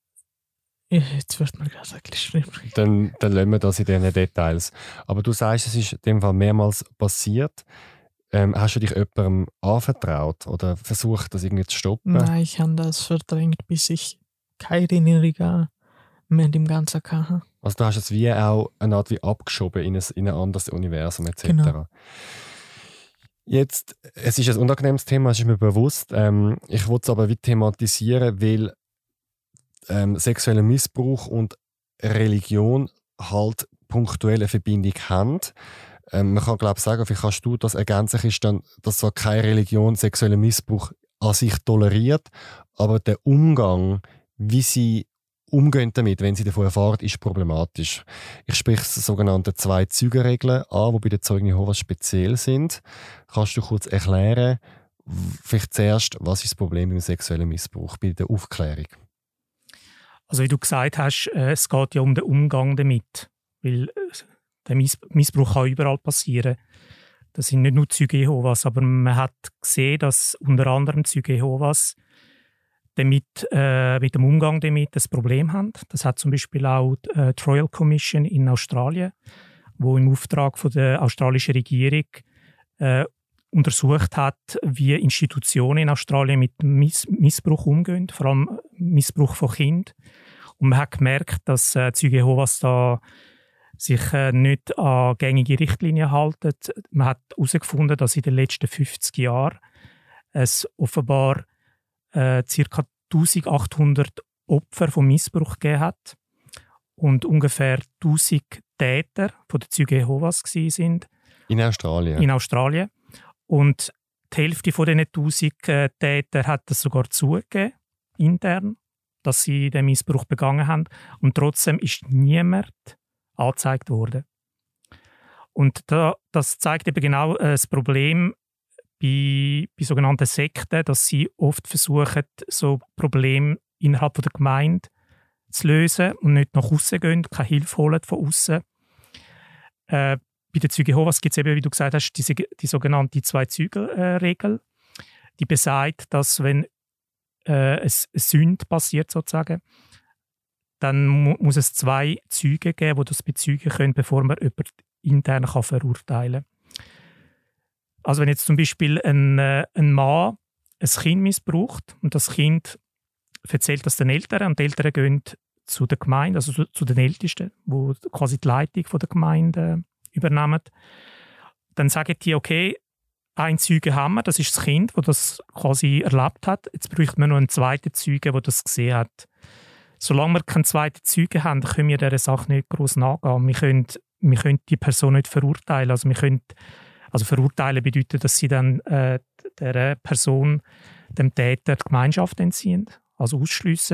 jetzt wird mir gerade ein bisschen schlimm. Dann lassen wir das in diesen Details. Aber du sagst, es ist in dem Fall mehrmals passiert. Hast du dich jemandem anvertraut oder versucht, das irgendwie zu stoppen? Nein, ich habe das verdrängt, bis ich keine Erinnerung mehr in dem Ganzen hatte. Also du hast es wie auch eine Art wie abgeschoben in ein anderes Universum etc. Genau. Jetzt, es ist ein unangenehmes Thema, das ist mir bewusst. Ich wollte es aber wie thematisieren, weil sexueller Missbrauch und Religion halt punktuell eine Verbindung haben. Man kann, glaube ich, sagen, vielleicht kannst du das ergänzen, ist dann, dass so keine Religion sexuellen Missbrauch an sich toleriert, aber der Umgang, wie sie umgehen damit, wenn sie davon erfahren, ist problematisch. Ich spreche die sogenannten 2-Zeugen-Regeln an, die bei den Zeugen Jehovas speziell sind. Kannst du kurz erklären, vielleicht zuerst, was ist das Problem beim sexuellen Missbrauch, bei der Aufklärung? Also wie du gesagt hast, es geht ja um den Umgang damit, weil der Missbrauch kann überall passieren. Das sind nicht nur Zeugen Jehovas, aber man hat gesehen, dass unter anderem Zeugen Jehovas mit dem Umgang damit ein Problem haben. Das hat zum Beispiel auch die Royal Commission in Australien, wo im Auftrag von der australischen Regierung untersucht hat, wie Institutionen in Australien mit Missbrauch umgehen, vor allem Missbrauch von Kindern. Und man hat gemerkt, dass Zeugen Jehovas da sich nicht an gängige Richtlinien halten. Man hat herausgefunden, dass in den letzten 50 Jahren es offenbar ca. 1800 Opfer von Missbrauch gegeben hat und ungefähr 1000 Täter von den Zeugen Jehovas waren. In Australien? In Australien. Und die Hälfte von diesen 1000 Tätern hat das sogar zugegeben, intern, dass sie den Missbrauch begangen haben. Und trotzdem ist niemand angezeigt worden. Und das zeigt eben genau das Problem bei sogenannten Sekten, dass sie oft versuchen, so Probleme innerhalb der Gemeinde zu lösen und nicht nach außen gehen, keine Hilfe holen von außen. Bei den Zeugen Jehovas gibt es eben, wie du gesagt hast, die sogenannte Zwei-Zeugen-Regel. Die besagt, dass wenn eine Sünde passiert, sozusagen, dann muss es 2 Zeugen geben, die das bezeugen können, bevor man jemanden intern verurteilen kann. Also wenn jetzt zum Beispiel ein Mann ein Kind missbraucht und das Kind erzählt das den Eltern und die Eltern gehen zu der Gemeinde, also zu den Ältesten, die quasi die Leitung von der Gemeinde übernehmen, dann sagen die, okay, ein Zeuge haben wir, das ist das Kind, das das quasi erlebt hat. Jetzt bräuchte man noch einen zweiten Zeuge, der das gesehen hat. Solange wir keinen zweiten Zeuge haben, können wir dieser Sache nicht gross nachgehen. Wir können die Person nicht verurteilen. Also verurteilen bedeutet, dass sie dann der Person, dem Täter, die Gemeinschaft entziehen, also ausschliessen.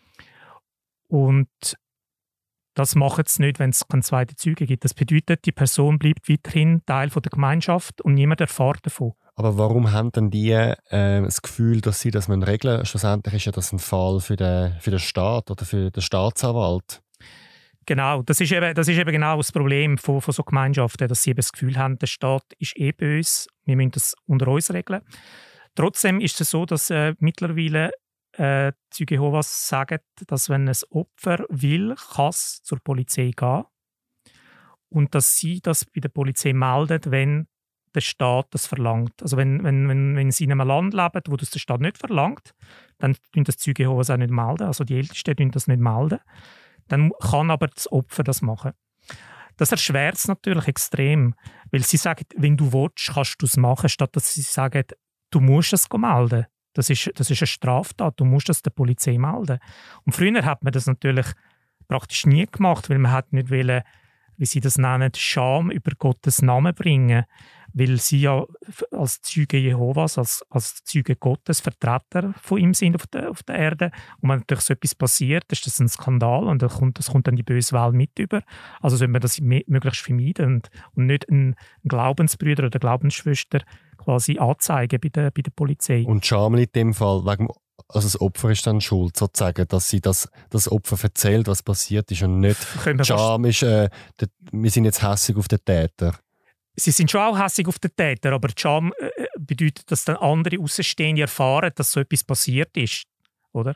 Und das machen sie nicht, wenn es keinen zweiten Zeugen gibt. Das bedeutet, die Person bleibt weiterhin Teil der Gemeinschaft und niemand erfährt davon. Aber warum haben denn die das Gefühl, dass sie das regeln müssen? Schlussendlich ist ja das ein Fall für den Staat oder für den Staatsanwalt. Genau, das ist eben genau das Problem von so Gemeinschaften, dass sie eben das Gefühl haben, der Staat ist böse, wir müssen das unter uns regeln. Trotzdem ist es so, dass mittlerweile Zeugen Jehovas sagen, dass wenn ein Opfer will, kann es zur Polizei gehen und dass sie das bei der Polizei meldet, wenn der Staat das verlangt. Also wenn sie in einem Land leben, wo das der Staat nicht verlangt, dann tun das Zeugen Jehovas auch nicht melden. Also die Ältesten tun das nicht melden. Dann kann aber das Opfer das machen. Das erschwert es natürlich extrem, weil sie sagen, wenn du willst, kannst du es machen, statt dass sie sagen, du musst es melden. Das ist eine Straftat, du musst das der Polizei melden. Und früher hat man das natürlich praktisch nie gemacht, weil man hat nicht wollen, wie sie das nennen, Scham über Gottes Namen bringen, weil sie ja als Zeuge Jehovas, als Zeuge Gottes, Vertreter von ihm sind auf der Erde. Und wenn natürlich so etwas passiert, ist das ein Skandal und das kommt dann die böse Welt mit über. Also sollte man das möglichst vermeiden und nicht einen Glaubensbrüder oder Glaubensschwester quasi anzeigen bei der Polizei. Und Scham liegt in dem Fall, also das Opfer ist dann schuld, sozusagen, dass sie das Opfer erzählt, was passiert ist und nicht Scham ist, wir sind jetzt hässig auf den Täter. Sie sind schon auch hässig auf den Täter, aber die Scham bedeutet, dass dann andere Außenstehende erfahren, dass so etwas passiert ist. Oder?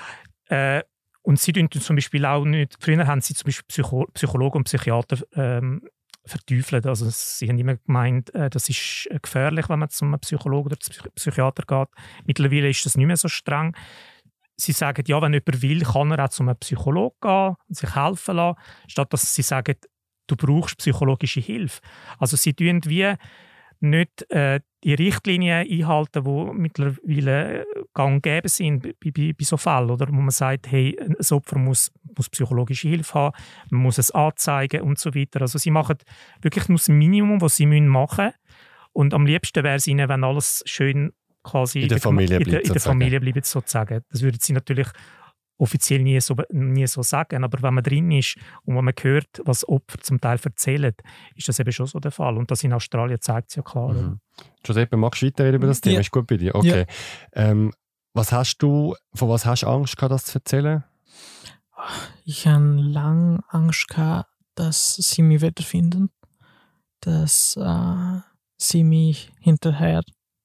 Und sie tun zum Beispiel auch nicht, früher haben sie zum Beispiel Psychologen und Psychiater verteufelt. Also sie haben immer gemeint, das ist gefährlich, wenn man zum Psychologen oder zum Psychiater geht. Mittlerweile ist das nicht mehr so streng. Sie sagen, ja, wenn jemand will, kann er auch zum Psychologen gehen und sich helfen lassen, statt dass sie sagen, du brauchst psychologische Hilfe. Also sie tun wie nicht die Richtlinien einhalten, die mittlerweile gang und gäbe sind bei so Fällen, oder? Wo man sagt, hey, ein Opfer muss psychologische Hilfe haben, man muss es anzeigen und so weiter. Also sie machen wirklich nur das Minimum, was sie machen müssen. Und am liebsten wäre es ihnen, wenn alles schön quasi in der Familie bleibt, sozusagen. Das würden sie natürlich offiziell nie so sagen, aber wenn man drin ist und wenn man hört, was Opfer zum Teil erzählen, ist das eben schon so der Fall. Und das in Australien zeigt es ja klar. Mhm. Giuseppe, magst du weiterreden über das Thema? Ja. Ist gut bei dir? Okay. Ja. Von was hast du Angst gehabt, das zu erzählen? Ich habe lange Angst gehabt, dass sie mich wiederfinden, dass sie mich hinterher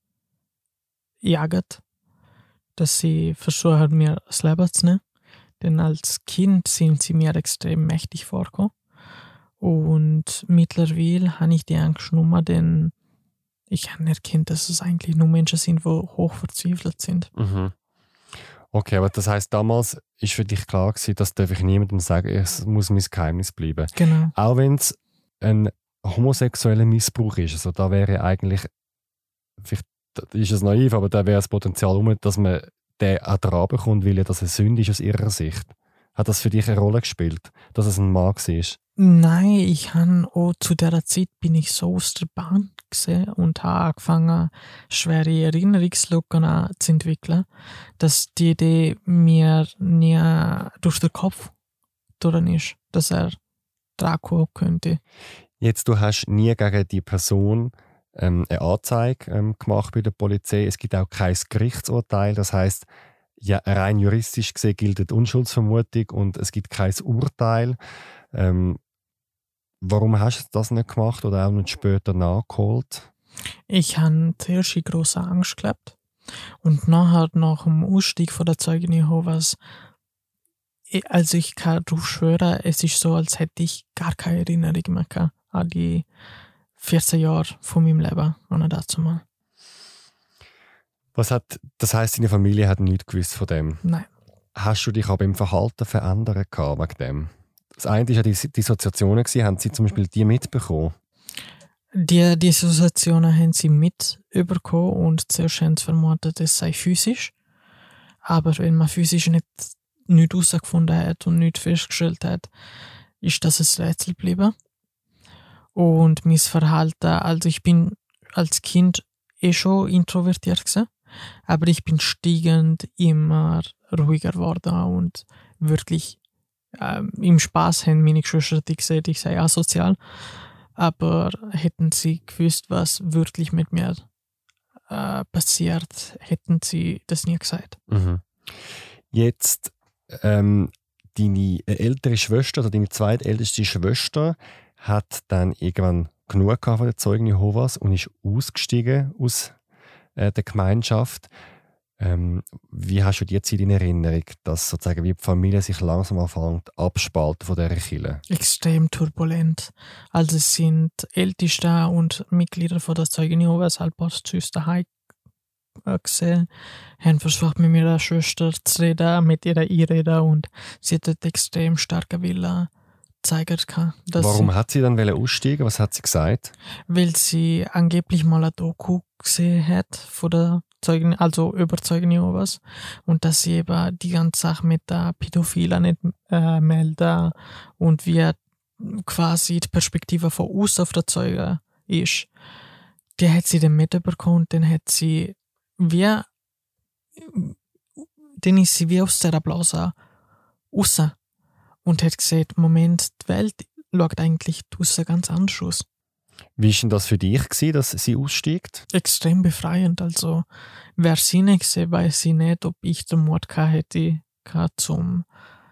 jagen, dass sie versuchen, mir das Leben zu nehmen. Denn als Kind sind sie mir extrem mächtig vorgekommen. Und mittlerweile habe ich die Angst nicht mehr, denn ich habe erkannt, dass es eigentlich nur Menschen sind, die hoch verzweifelt sind. Mhm. Okay, aber das heisst, damals war für dich klar gewesen, das darf ich niemandem sagen, es muss mein Geheimnis bleiben. Genau. Auch wenn es ein homosexueller Missbrauch ist, also da wäre eigentlich, vielleicht ist es naiv, aber da wäre das Potenzial dass man der auch dran bekommt, weil das eine Sünde ist aus ihrer Sicht? Hat das für dich eine Rolle gespielt, dass es ein Mann war? Nein, ich han auch zu dieser Zeit bin ich so aus der Bahn gesehen und habe angefangen, schwere Erinnerungslücken zu entwickeln, dass die Idee mir nie durch den Kopf durch ist, dass er dran könnte. Jetzt, du hast nie gegen die Person eine Anzeige gemacht bei der Polizei. Es gibt auch kein Gerichtsurteil. Das heisst, ja, rein juristisch gesehen gilt die Unschuldsvermutung und es gibt kein Urteil. Warum hast du das nicht gemacht oder auch nicht später nachgeholt? Ich habe zuerst in grosse Angst gehabt und nachher, nach dem Ausstieg von der Zeugen Jehovas, also ich kann darauf schwören, es ist so, als hätte ich gar keine Erinnerung mehr gehabt an die 14 Jahre von meinem Leben an dazu mal. Das heisst, deine Familie hat nichts gewusst von dem? Nein. Hast du dich aber im Verhalten verändert wegen dem? Das eine war ja die Dissoziationen. Haben Sie zum Beispiel die mitbekommen? Die Dissoziationen haben sie mitbekommen und zuerst haben sie vermutet, es sei physisch. Aber wenn man physisch nichts herausgefunden hat und nichts festgestellt hat, ist das ein Rätsel geblieben. Und mein Verhalten, also ich bin als Kind schon introvertiert gewesen, aber ich bin steigend immer ruhiger geworden und wirklich im Spaß haben meine Geschwister gesehen, ich sei asozial, aber hätten sie gewusst, was wirklich mit mir passiert, hätten sie das nie gesagt. Mhm. Jetzt deine ältere Schwester oder deine zweitälteste Schwester hat dann irgendwann genug von den Zeugen Jehovas und ist ausgestiegen aus der Gemeinschaft. Wie hast du die Zeit in Erinnerung, dass sozusagen wie die Familie sich langsam anfängt abspalten von dieser Kirche? Extrem turbulent. Also es sind Älteste und Mitglieder von der Zeugen Jehovas halt paar zu uns daheim gesehen, haben versucht mit meiner Schwester zu reden, mit ihrer einreden und sie hat einen extrem starken Willen gezeigt. Warum hat sie dann aussteigen? Was hat sie gesagt? Weil sie angeblich mal eine Doku gesehen hat von der Zeugen, also über Zeugen Jehovas, und dass sie eben die ganze Sache mit der Pädophilen nicht melden und wie quasi die Perspektive von uns auf der Zeuge ist. Die hat sie dann mitbekommen und dann ist sie wie aus der Blase raus und hat gesagt, Moment, die Welt schaut eigentlich draussen ganz anders aus. Wie war denn das für dich, dass sie aussteigt? Extrem befreiend. Also, wer sie nicht gesehen, weiß sie nicht, ob ich den Mord hätte zum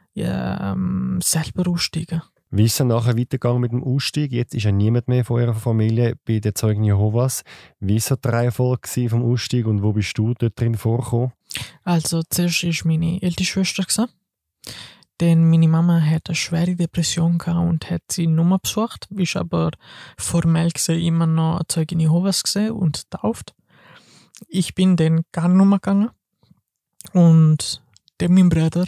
selber aussteigen. Wie ist es dann nachher weitergegangen mit dem Ausstieg? Jetzt ist ja niemand mehr von ihrer Familie bei den Zeugen Jehovas. Wie war die Reihenfolge vom Ausstieg und wo bist du dort drin vorgekommen? Also, zuerst war meine älteste Schwester. Denn meine Mama hatte eine schwere Depression und hat sie nur besucht, ist aber formell gesehen immer noch eine Zeugin Jehovas gesehen und getauft. Ich bin dann gar nicht mehr gegangen und dann mein Bruder.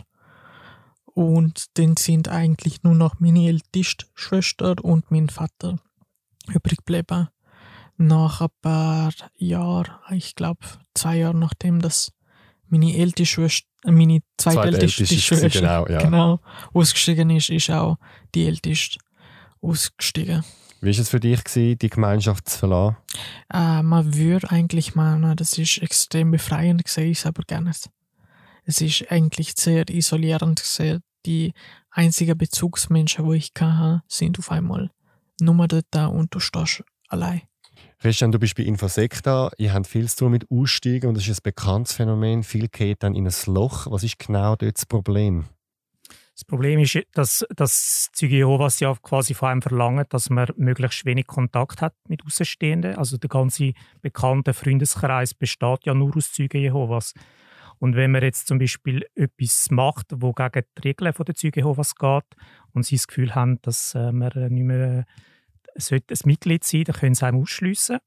Und dann sind eigentlich nur noch meine älteste Schwester und mein Vater übrig geblieben. Nach ein paar Jahren, ich glaube 2 Jahre nachdem das meine zweitälteste Schwester genau ausgestiegen ist auch die älteste ausgestiegen. Wie war es für dich, die Gemeinschaft zu verlassen? Man würde eigentlich meinen, das ist extrem befreiend gewesen, ist aber gar nicht. Es ist eigentlich sehr isolierend gewesen. Die einzigen Bezugsmenschen, die ich hatte, sind auf einmal nur dort und du stehst allein. Christian, du bist bei Infosec da. Ihr habt viel zu tun mit Aussteigen und das ist ein bekanntes Phänomen. Viel geht dann in ein Loch. Was ist genau dort das Problem? Das Problem ist, dass Zeugen Jehovas ja quasi von einem verlangen, dass man möglichst wenig Kontakt hat mit Außenstehenden. Also der ganze bekannte Freundeskreis besteht ja nur aus Zeugen Jehovas. Und wenn man jetzt zum Beispiel etwas macht, wo gegen die Regeln der Zeugen Jehovas geht und sie das Gefühl haben, dass man nicht mehr sollte ein Mitglied sein, dann können sie einem ausschliessen.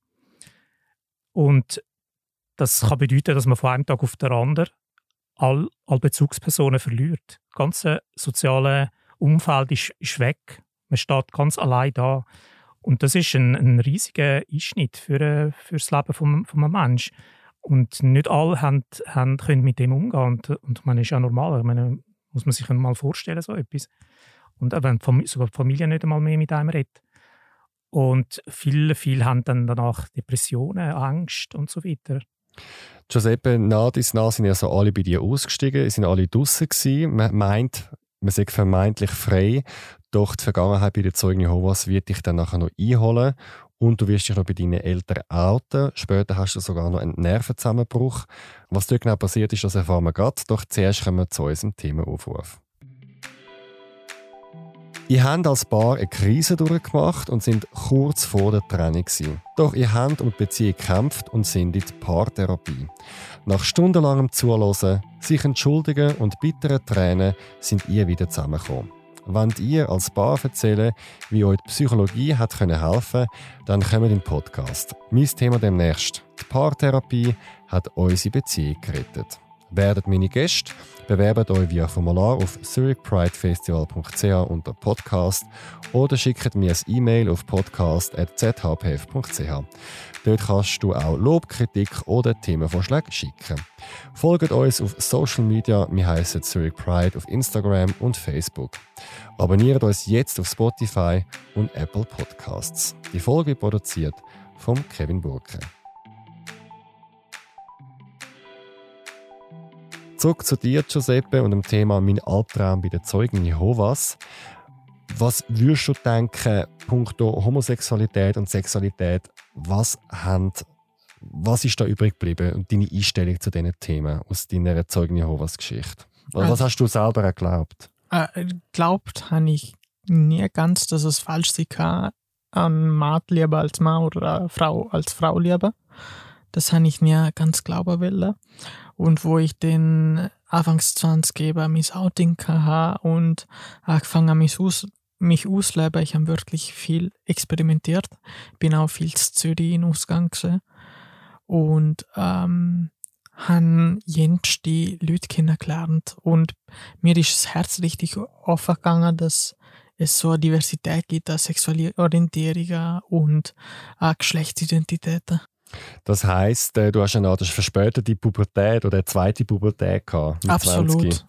Und das kann bedeuten, dass man von einem Tag auf den anderen alle Bezugspersonen verliert. Das ganze soziale Umfeld ist weg. Man steht ganz allein da. Und das ist ein riesiger Einschnitt für das Leben von einem Menschen. Und nicht alle können mit dem umgehen. Und ich meine, das ist ja normal. Ich meine, muss man sich mal vorstellen, so etwas. Und wenn sogar die Familie nicht einmal mehr mit einem redet. Und viele haben dann danach Depressionen, Angst und so weiter. Giuseppe, nach sind ja so alle bei dir ausgestiegen, sind alle draussen gewesen. Man meint, man sei vermeintlich frei, doch die Vergangenheit bei den Zeugen Jehovas wird dich dann nachher noch einholen und du wirst dich noch bei deinen Eltern outen. Später hast du sogar noch einen Nervenzusammenbruch. Was dort genau passiert ist, das erfahren wir gerade. Doch zuerst kommen wir zu unserem Themaaufruf. Ihr habt als Paar eine Krise durchgemacht und sind kurz vor der Trennung gewesen. Doch ihr habt um die Beziehung gekämpft und sind in die Paartherapie. Nach stundenlangem Zuhören, sich entschuldigen und bitteren Tränen sind ihr wieder zusammengekommen. Wollt ihr als Paar erzählen, wie euch die Psychologie hat helfen, dann kommt in den Podcast. Mein Thema demnächst. Die Paartherapie hat unsere Beziehung gerettet. Werdet meine Gäste, bewerbt euch via Formular auf zurichpridefestival.ch unter Podcast oder schickt mir ein E-Mail auf podcast@zhpf.ch. Dort kannst du auch Lob, Kritik oder Themenvorschläge schicken. Folgt uns auf Social Media, wir heissen Zurich Pride auf Instagram und Facebook. Abonniert uns jetzt auf Spotify und Apple Podcasts. Die Folge wird produziert von Kevin Burke. Zurück zu dir, Giuseppe, und dem Thema «Mein Albtraum bei den Zeugen Jehovas». Was würdest du denken, punkto Homosexualität und Sexualität, was ist da übrig geblieben und deine Einstellung zu diesen Themen aus deiner Zeugen Jehovas Geschichte? Was hast du selber geglaubt? Glaubt habe ich nie ganz, dass es falsch sein kann, an Mann lieber als Mann oder eine Frau als Frau lieber. Das habe ich nie ganz glauben wollen. Und wo ich den Anfangs 20 mein Outing hatte und angefangen habe, mich auszuleben, ich habe wirklich viel experimentiert. Bin auch viel zu Zürich in Ausgang gewesen. Und habe jenste Leute kennengelernt. Und mir ist das Herz richtig aufgegangen, dass es so eine Diversität gibt an sexuelle Orientierungen und an Geschlechtsidentitäten. Das heisst, du hast eine Art verspätete Pubertät oder eine zweite Pubertät gehabt. Absolut.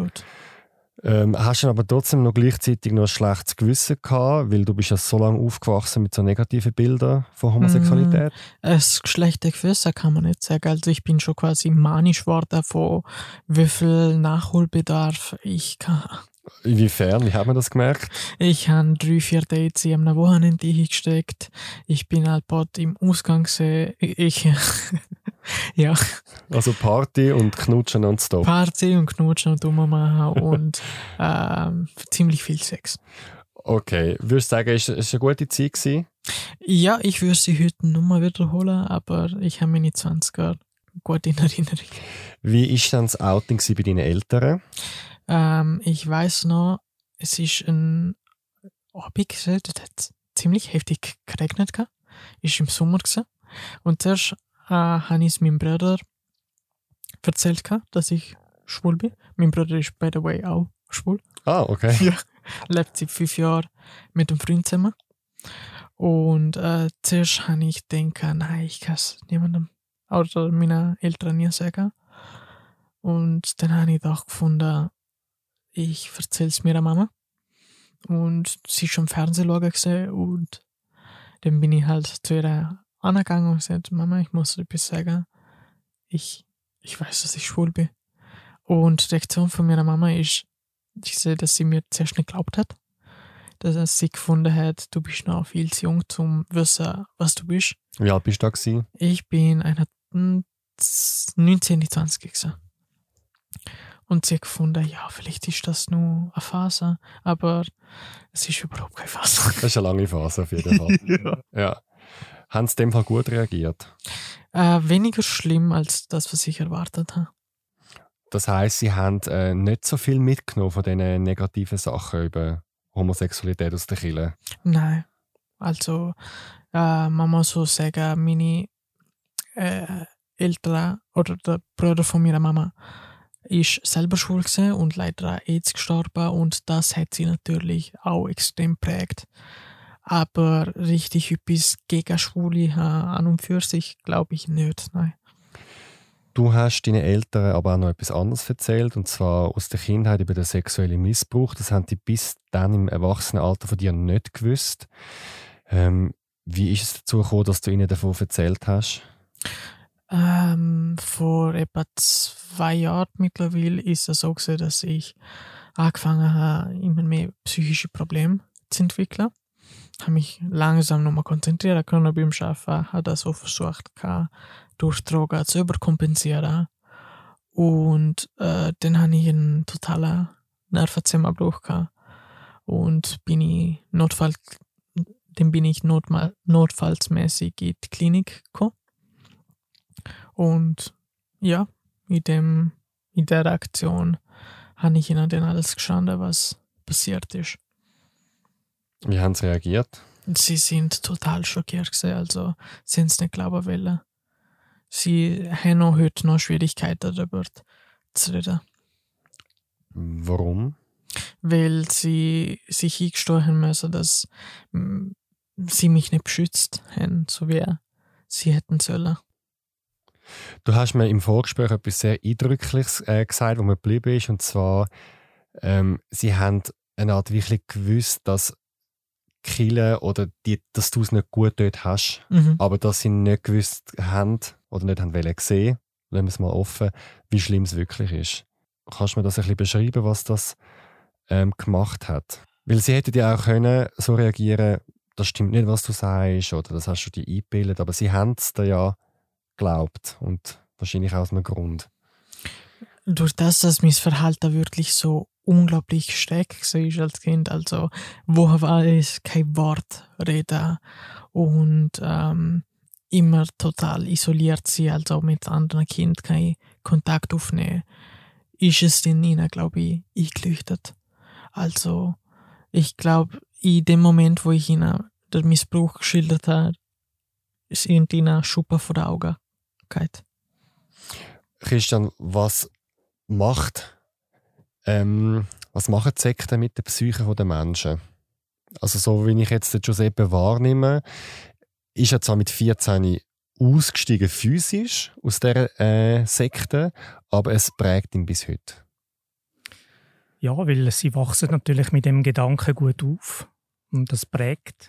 Hast du aber trotzdem noch gleichzeitig noch ein schlechtes Gewissen gehabt, weil du bist ja so lange aufgewachsen mit so negativen Bildern von Homosexualität? Das schlechte Gewissen kann man nicht sagen. Also ich bin schon quasi manisch geworden von wie viel Nachholbedarf ich kann. Inwiefern? Wie hat man das gemerkt? Ich habe 3-4 Dates in einem Wochenende gesteckt. Ich bin halt bald im Ausgang gesehen. Ja. Also Party und Knutschen nonstop. Party und Knutschen und rummachen und ziemlich viel Sex. Okay. Würdest du sagen, es war eine gute Zeit gewesen? Ja, ich würde sie heute nicht mehr wiederholen, aber ich habe meine 20er gut in Erinnerung. Wie war dann das Outing bei deinen Eltern? Ich weiss noch, es ist ein Abend gewesen, das hat ziemlich heftig geregnet. Es war im Sommer. Und zuerst habe ich es meinem Bruder erzählt, dass ich schwul bin. Mein Bruder ist, by the way, auch schwul. Ah, okay. Ja, lebt seit 5 Jahren mit einem Freund zusammen. Und zuerst habe ich gedacht, nein, ich kann es niemandem oder meinen Eltern nie sagen. Und dann habe ich doch gefunden, ich erzähle es meiner Mama. Und sie war schon im Fernsehen schauen und dann bin ich halt zu ihr angegangen und gesagt, Mama, ich muss etwas sagen. Ich weiß, dass ich schwul bin. Und die Reaktion von meiner Mama ist, dass sie mir zuerst nicht geglaubt hat. Dass sie gefunden hat, du bist noch viel zu jung, um zu wissen, was du bist. Wie alt bist du da gewesen? Ich bin 19, 20 gewesen. Und sie hat gefunden, ja, vielleicht ist das nur eine Phase, aber es ist überhaupt keine Phase. Das ist eine lange Phase auf jeden Fall. Ja. Haben sie in dem Fall gut reagiert? Weniger schlimm als das, was ich erwartet habe. Das heisst, sie haben nicht so viel mitgenommen von diesen negativen Sachen über Homosexualität aus der Kirche? Nein. Also, man muss so sagen, meine Eltern oder der Bruder von meiner Mama ist selber schwul gewesen und leider an AIDS gestorben und das hat sie natürlich auch extrem geprägt. Aber richtig etwas gegen Schwule an und für sich glaube ich nicht, nein. Du hast deinen Eltern aber auch noch etwas anderes erzählt, und zwar aus der Kindheit über den sexuellen Missbrauch. Das haben die bis dann im Erwachsenenalter von dir nicht gewusst. Wie ist es dazu gekommen, dass du ihnen davon erzählt hast? Vor etwa 2 Jahren mittlerweile ist es so gewesen, dass ich angefangen habe, immer mehr psychische Probleme zu entwickeln. Ich habe mich langsam nochmal konzentrieren können beim Arbeiten, habe das so versucht, durch Drogen zu überkompensieren. Und dann hatte ich einen totalen Nervenzusammenbruch gehabt. Und bin ich notfallsmäßig in die Klinik gekommen. Und ja, in der Aktion habe ich ihnen dann alles gestanden, was passiert ist. Wie haben sie reagiert? Sie sind total schockiert gewesen, also sie haben es nicht glauben wollen. Sie haben auch heute noch Schwierigkeiten darüber zu reden. Warum? Weil sie sich eingestehen haben müssen, dass sie mich nicht beschützt haben, so wie sie hätten sollen. Du hast mir im Vorgespräch etwas sehr Eindrückliches gesagt, wo mir geblieben ist, und zwar, sie haben eine Art wirklich gewusst, dass Kille oder dass du es nicht gut dort hast, aber dass sie nicht gewusst haben oder nicht haben wollen sehen, lassen wir es mal offen, wie schlimm es wirklich ist. Kannst du mir das ein bisschen beschreiben, was das gemacht hat? Weil sie hätten ja auch können so reagieren, das stimmt nicht, was du sagst, oder das hast du dir eingebildet, aber sie haben es dir ja geglaubt und wahrscheinlich aus einem Grund. Durch das, dass mein Verhalten wirklich so unglaublich stark war als Kind, also woher war es kein Wort reden und immer total isoliert sein, also mit anderen Kindern keinen Kontakt aufnehmen, ist es in ihnen, glaube ich, eingeleuchtet. Also ich glaube, in dem Moment, wo ich ihnen den Missbrauch geschildert habe, sind ihnen Schuppen vor den Augen gefallen. Christian, was machen die Sekten mit der Psyche der Menschen? Also so wie ich jetzt den Giuseppe wahrnehme, ist er zwar mit 14 ausgestiegen physisch aus dieser Sekte, aber es prägt ihn bis heute. Ja, weil sie wachsen natürlich mit dem Gedanken gut auf und das prägt.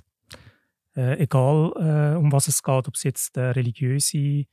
Egal um was es geht, ob es jetzt religiöses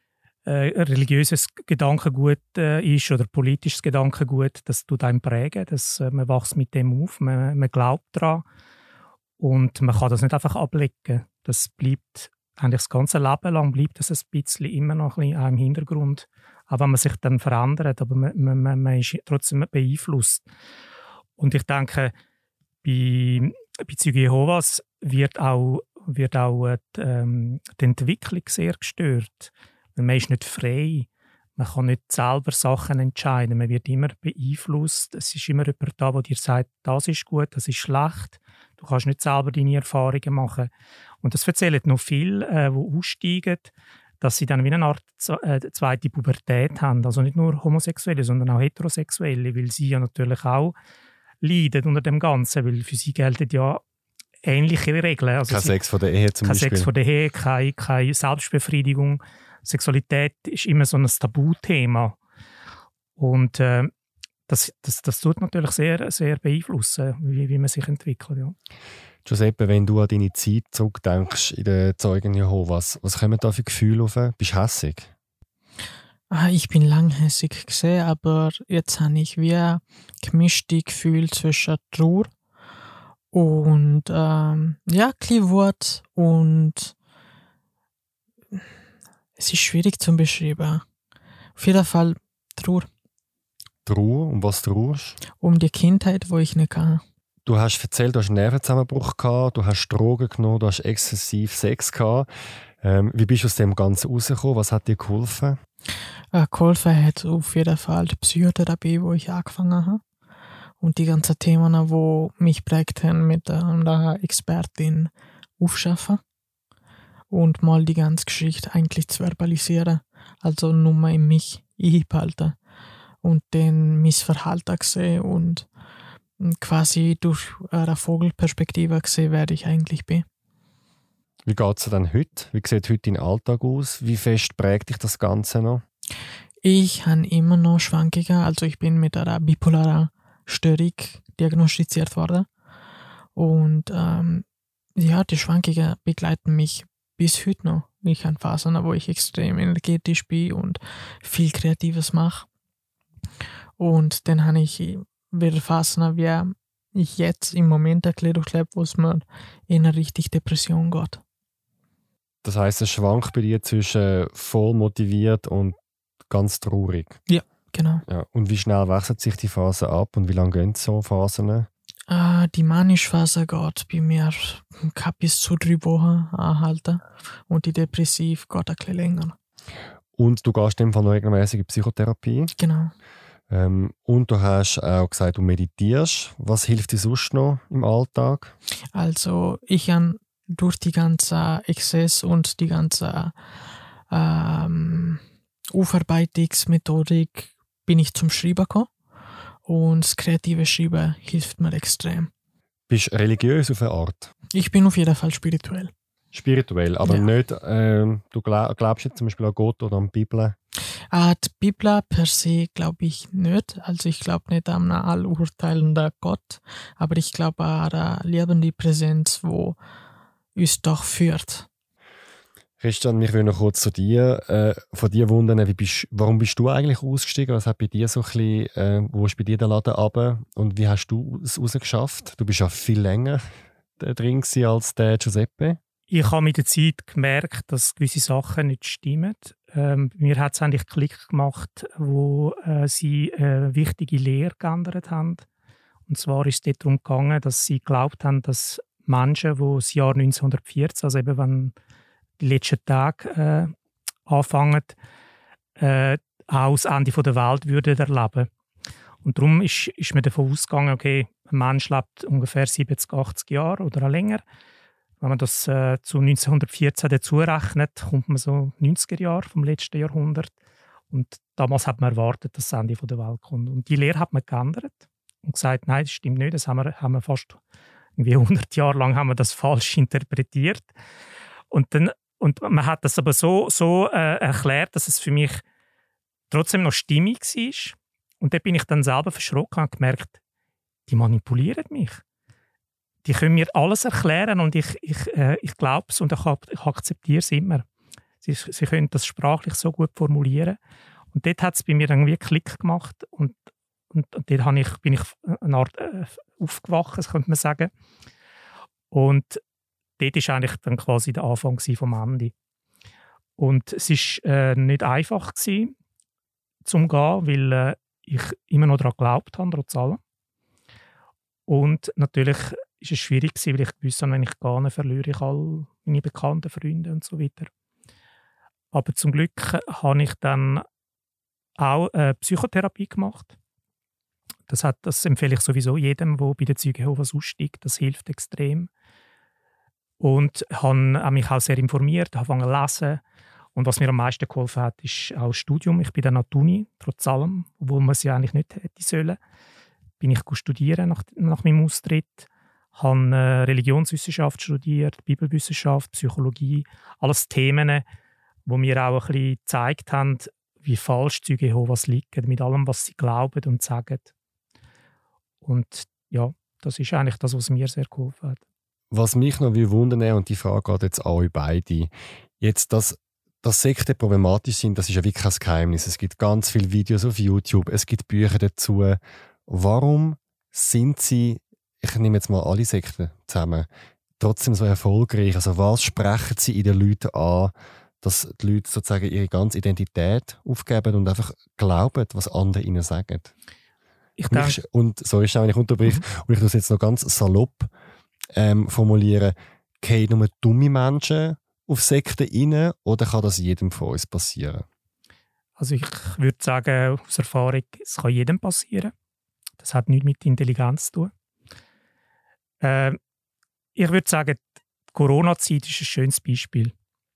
Gedankengut ist oder politisches Gedankengut, das tut einem prägen. Man wächst mit dem auf, man glaubt daran und man kann das nicht einfach ablegen. Das bleibt eigentlich das ganze Leben lang bleibt das ein bisschen immer noch ein bisschen im Hintergrund, auch wenn man sich dann verändert, aber man ist trotzdem beeinflusst. Und ich denke, bei Zeugen Jehovas wird auch die Entwicklung sehr gestört. Man ist nicht frei, man kann nicht selber Sachen entscheiden, man wird immer beeinflusst. Es ist immer jemand da, der dir sagt, das ist gut, das ist schlecht. Du kannst nicht selber deine Erfahrungen machen. Und das erzählen noch viele, die aussteigen, dass sie dann wie eine Art zweite Pubertät haben. Also nicht nur Homosexuelle, sondern auch Heterosexuelle, weil sie ja natürlich auch leiden unter dem Ganzen, weil für sie gelten ja ähnliche Regeln. Also kein Sex vor der Ehe zum Beispiel. Kein Sex vor der Ehe, keine Selbstbefriedigung. Sexualität ist immer so ein Tabuthema. Und das tut natürlich sehr, sehr beeinflussen, wie man sich entwickelt. Ja. Giuseppe, wenn du an deine Zeit zurückdenkst in den Zeugen Jehovas, was kommen da für Gefühle auf? Bist du hässig? Ich bin lang hässig gesehen, aber jetzt habe ich wie gemischte Gefühle zwischen Trauer und Wut und es ist schwierig zu beschreiben. Auf jeden Fall Trauer. Trauer? Um was trauerst du? Um die Kindheit, wo ich nicht hatte. Du hast erzählt, du hast einen Nervenzusammenbruch gehabt, du hast Drogen genommen, du hast exzessiv Sex gehabt. Wie bist du aus dem Ganzen rausgekommen? Was hat dir geholfen? Geholfen hat auf jeden Fall die Psychotherapie, wo ich angefangen habe. Und die ganzen Themen, die mich prägt haben, mit einer Expertin aufschaffen. Und mal die ganze Geschichte eigentlich zu verbalisieren. Also nur in mich einbehalten. Und dann mein Verhalten sehen und quasi durch eine Vogelperspektive gesehen, wer ich eigentlich bin. Wie geht es dir dann heute? Wie sieht heute dein Alltag aus? Wie fest prägt dich das Ganze noch? Ich habe immer noch Schwankungen, also ich bin mit einer bipolaren Störung diagnostiziert worden. Und die Schwankungen begleiten mich bis heute noch. Ich habe Phasen, wo ich extrem energetisch bin und viel Kreatives mache. Und dann habe ich wieder Phasen, wie ich jetzt im Moment durchlebe, wo es mir in eine richtig Depression geht. Das heisst, es schwankt bei dir zwischen voll motiviert und ganz traurig. Ja, genau. Ja. Und wie schnell wechselt sich die Phase ab und wie lange gehen so Phasen? Die manische Phase geht bei mir bis zu 3 Wochen anhalten und die depressiv geht ein bisschen länger. Und du gehst in dem Fall noch regelmäßig in Psychotherapie. Genau. Und du hast auch gesagt, du meditierst. Was hilft dir sonst noch im Alltag? Also ich habe durch die ganze Exzess und die ganze Aufarbeitungsmethodik bin ich zum Schreiben gekommen. Und das kreative Schreiben hilft mir extrem. Bist du religiös auf eine Art? Ich bin auf jeden Fall spirituell. Spirituell, aber Ja. nicht, du glaubst jetzt zum Beispiel an Gott oder an die Bibel? Die Bibel per se glaube ich nicht. Also ich glaube nicht an einen allurteilenden Gott, aber ich glaube an eine liebende Präsenz, die uns doch führt. Christian, mich würde noch kurz zu dir, von dir wundern, warum bist du eigentlich ausgestiegen? Was hat bei dir so ein bisschen, wo ist bei dir der Laden runter und wie hast du es rausgeschafft? Du bist ja viel länger drin gewesen als der Giuseppe. Ich habe mit der Zeit gemerkt, dass gewisse Sachen nicht stimmen. Mir hat es eigentlich Klick gemacht, wo sie eine wichtige Lehre geändert haben. Und zwar ist es dort darum gegangen, dass sie geglaubt haben, dass Menschen, die das Jahr 1914, also eben wenn die letzten Tage anfangen, auch das Ende der Welt würden erleben. Und darum ist man davon ausgegangen, okay, ein Mensch lebt ungefähr 70, 80 Jahre oder auch länger. Wenn man das zu 1914 dazu rechnet, kommt man so 90er Jahre vom letzten Jahrhundert. Und damals hat man erwartet, dass das Ende der Welt kommt. Und die Lehre hat man geändert und gesagt, nein, das stimmt nicht. Das haben wir fast irgendwie 100 Jahre lang haben wir das falsch interpretiert. Und man hat das aber so erklärt, dass es für mich trotzdem noch stimmig war. Und da bin ich dann selber verschrocken und gemerkt, die manipulieren mich. Die können mir alles erklären und ich glaube es und ich akzeptiere es immer. Sie können das sprachlich so gut formulieren. Und dort hat es bei mir dann wie Klick gemacht und dort bin ich eine Art aufgewacht, könnte man sagen. Und dort war eigentlich dann quasi der Anfang vom Ende. Und es war nicht einfach zum Gehen, weil ich immer noch daran geglaubt habe, trotz allem. Und natürlich war es schwierig, weil ich gewusst habe, wenn ich gehe, verliere ich all meine bekannten Freunde und so weiter. Aber zum Glück habe ich dann auch Psychotherapie gemacht. Das empfehle ich sowieso jedem, der bei den Zeugen Jehovas aussteigt. Das hilft extrem. Und habe mich auch sehr informiert, habe angefangen zu lesen. Und was mir am meisten geholfen hat, ist auch das Studium. Ich bin dann an der Uni, trotz allem, obwohl man es ja eigentlich nicht hätte sollen. Bin ich studieren nach meinem Austritt. Habe Religionswissenschaft studiert, Bibelwissenschaft, Psychologie. Alles Themen, die mir auch ein bisschen gezeigt haben, wie falsch die Zeugen Jehovas liegen, mit allem, was sie glauben und sagen. Und ja, das ist eigentlich das, was mir sehr geholfen hat. Was mich noch wundern, und die Frage geht jetzt an euch beide, jetzt, dass Sekten problematisch sind, das ist ja wirklich kein Geheimnis. Es gibt ganz viele Videos auf YouTube, es gibt Bücher dazu. Warum sind sie, ich nehme jetzt mal alle Sekten zusammen, trotzdem so erfolgreich? Also was sprechen sie in den Leuten an, dass die Leute sozusagen ihre ganze Identität aufgeben und einfach glauben, was andere ihnen sagen? Sorry, wenn ich unterbreche, und ich das jetzt noch ganz salopp formulieren, gehen nur dumme Menschen auf Sekten rein oder kann das jedem von uns passieren? Also ich würde sagen, aus Erfahrung, es kann jedem passieren. Das hat nichts mit Intelligenz zu tun. Ich würde sagen, die Corona-Zeit ist ein schönes Beispiel.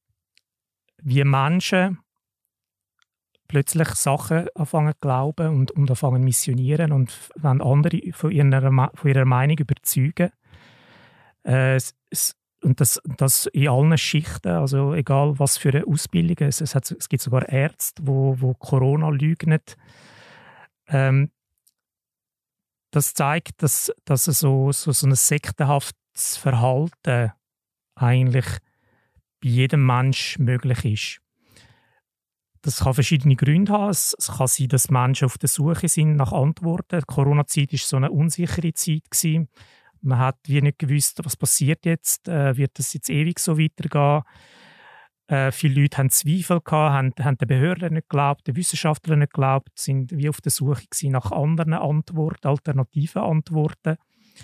Wie Menschen plötzlich Sachen anfangen zu glauben und anfangen zu missionieren und wenn andere von ihrer Meinung überzeugen. Es das in allen Schichten, also egal was für eine Ausbildung. Es gibt sogar Ärzte, die Corona leugnen. Das zeigt, dass so ein sektenhaftes Verhalten eigentlich bei jedem Mensch möglich ist. Das kann verschiedene Gründe haben. Es kann sein, dass Menschen auf der Suche sind nach Antworten. Die Corona-Zeit war so eine unsichere Zeit gewesen. Man hat wie nicht gewusst, was passiert jetzt. Wird das jetzt ewig so weitergehen? Viele Leute haben Zweifel gehabt, haben den Behörden nicht geglaubt, den Wissenschaftlern nicht geglaubt, sind wie auf der Suche gewesen nach anderen Antworten, alternativen Antworten.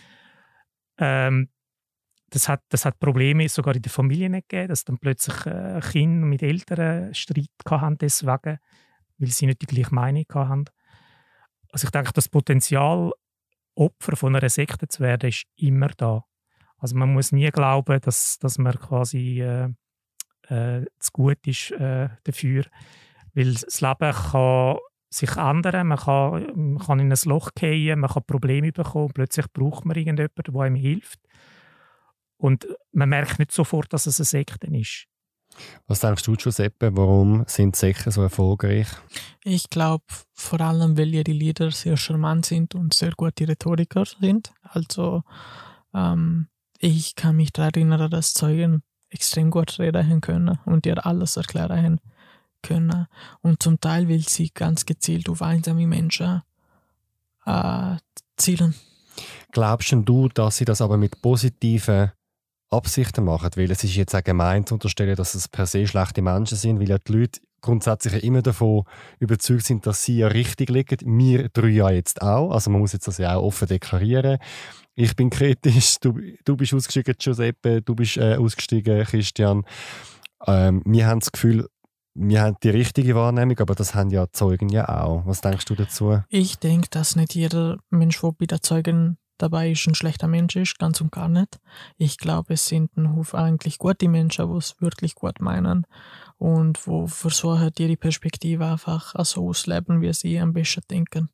Das hat Probleme sogar in der Familie nicht gegeben, dass dann plötzlich Kinder mit Eltern Streit hatten deswegen, weil sie nicht die gleiche Meinung hatten. Also ich denke, das Potenzial, Opfer von einer Sekte zu werden, ist immer da. Also man muss nie glauben, dass man quasi zu gut ist dafür. Weil das Leben kann sich ändern, man kann in ein Loch fallen, man kann Probleme bekommen, plötzlich braucht man irgendjemanden, der einem hilft. Und man merkt nicht sofort, dass es eine Sekte ist. Was denkst du, Giuseppe, warum sind Sekten so erfolgreich? Ich glaube, vor allem, weil ihre Lieder sehr charmant sind und sehr gute Rhetoriker sind. Also ich kann mich daran erinnern, dass Zeugen extrem gut reden können und dir alles erklären können. Und zum Teil will sie ganz gezielt auf einsame Menschen zielen. Glaubst du, dass sie das aber mit positiven Absichten machen? Weil es ist jetzt auch gemein zu unterstellen, dass es per se schlechte Menschen sind, weil ja die Leute grundsätzlich immer davon überzeugt sind, dass sie ja richtig liegen. Wir drei ja jetzt auch. Also man muss jetzt das ja auch offen deklarieren. Ich bin kritisch, du bist ausgestiegen, Giuseppe, du bist ausgestiegen, Christian. Wir haben das Gefühl, wir haben die richtige Wahrnehmung, aber das haben ja Zeugen ja auch. Was denkst du dazu? Ich denke, dass nicht jeder Mensch, der bei den Zeugen dabei ist, ein schlechter Mensch ist, ganz und gar nicht. Ich glaube, es sind ein Haufen eigentlich gute Menschen, die es wirklich gut meinen und die versuchen, ihre Perspektive einfach so auszuleben, wie sie am besten denken.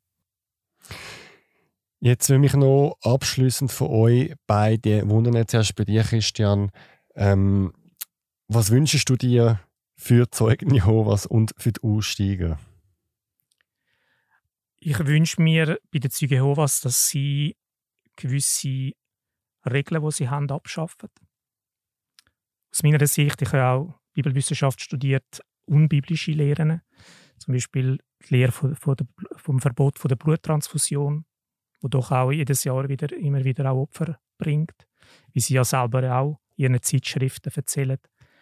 Jetzt will mich noch abschliessend von euch beide wundern, zuerst bei dir, Christian. Was wünschst du dir für Zeugen Jehovas und für die Aussteiger? Ich wünsche mir bei den Zeugen Jehovas, dass sie gewisse Regeln, die sie haben, abschaffen. Aus meiner Sicht, ich habe auch Bibelwissenschaft studiert, unbiblische Lehren, zum Beispiel die Lehre vom Verbot von der Bluttransfusion, wo doch auch jedes Jahr immer wieder auch Opfer bringt, wie sie ja selber auch in ihren Zeitschriften erzählen,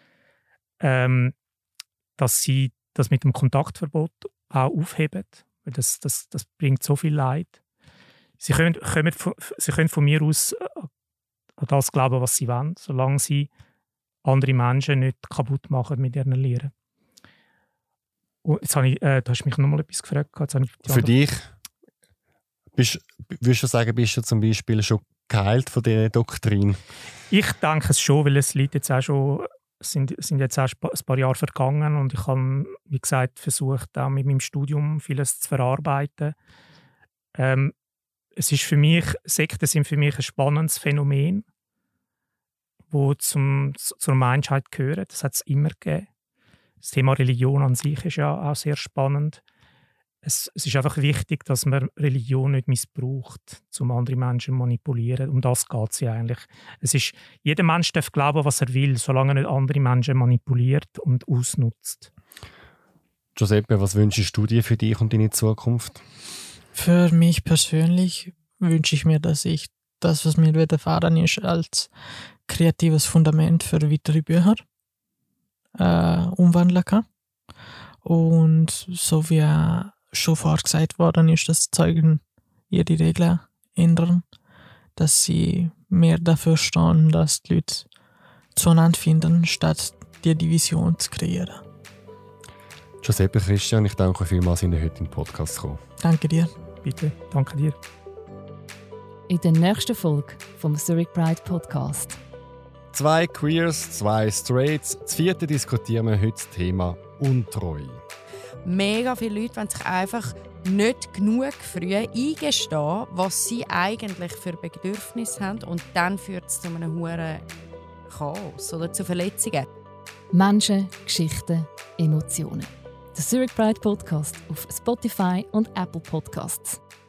dass sie das mit dem Kontaktverbot auch aufheben, weil das bringt so viel Leid. Sie können von mir aus an das glauben, was sie wollen, solange sie andere Menschen nicht kaputt machen mit ihren Lehren. Und jetzt habe du hast mich noch mal etwas gefragt. Für dich, würdest du sagen, bist du zum Beispiel schon geheilt von dieser Doktrin? Ich denke es schon, weil es liegt jetzt auch schon, sind jetzt auch ein paar Jahre vergangen und ich habe, wie gesagt, versucht, auch mit meinem Studium vieles zu verarbeiten. Sekten sind für mich ein spannendes Phänomen, das zur Menschheit gehört. Das hat es immer gegeben. Das Thema Religion an sich ist ja auch sehr spannend. Es ist einfach wichtig, dass man Religion nicht missbraucht, um andere Menschen zu manipulieren. Um das geht es ja eigentlich. Jeder Mensch darf glauben, was er will, solange er nicht andere Menschen manipuliert und ausnutzt. Giuseppe, was wünschst du dir für dich und deine Zukunft? Für mich persönlich wünsche ich mir, dass ich das, was mir widerfahren ist, als kreatives Fundament für weitere Bücher umwandeln kann. Und so wie schon vorher gesagt worden ist, dass Zeugen ihre Regeln ändern, dass sie mehr dafür stehen, dass die Leute zueinander finden, statt die Division zu kreieren. Giuseppe, Christian, ich danke vielmals, in den heutigen Podcast zu kommen. Danke dir. Bitte, danke dir. In der nächsten Folge vom Zurich Pride Podcast. 2 Queers, 2 Straights. Das 4. diskutieren wir heute das Thema Untreue. Mega viele Leute wollen sich einfach nicht genug früh eingestehen, was sie eigentlich für Bedürfnisse haben. Und dann führt es zu einem hohen Chaos oder zu Verletzungen. Menschen, Geschichten, Emotionen. Der Zurich Pride Podcast auf Spotify und Apple Podcasts.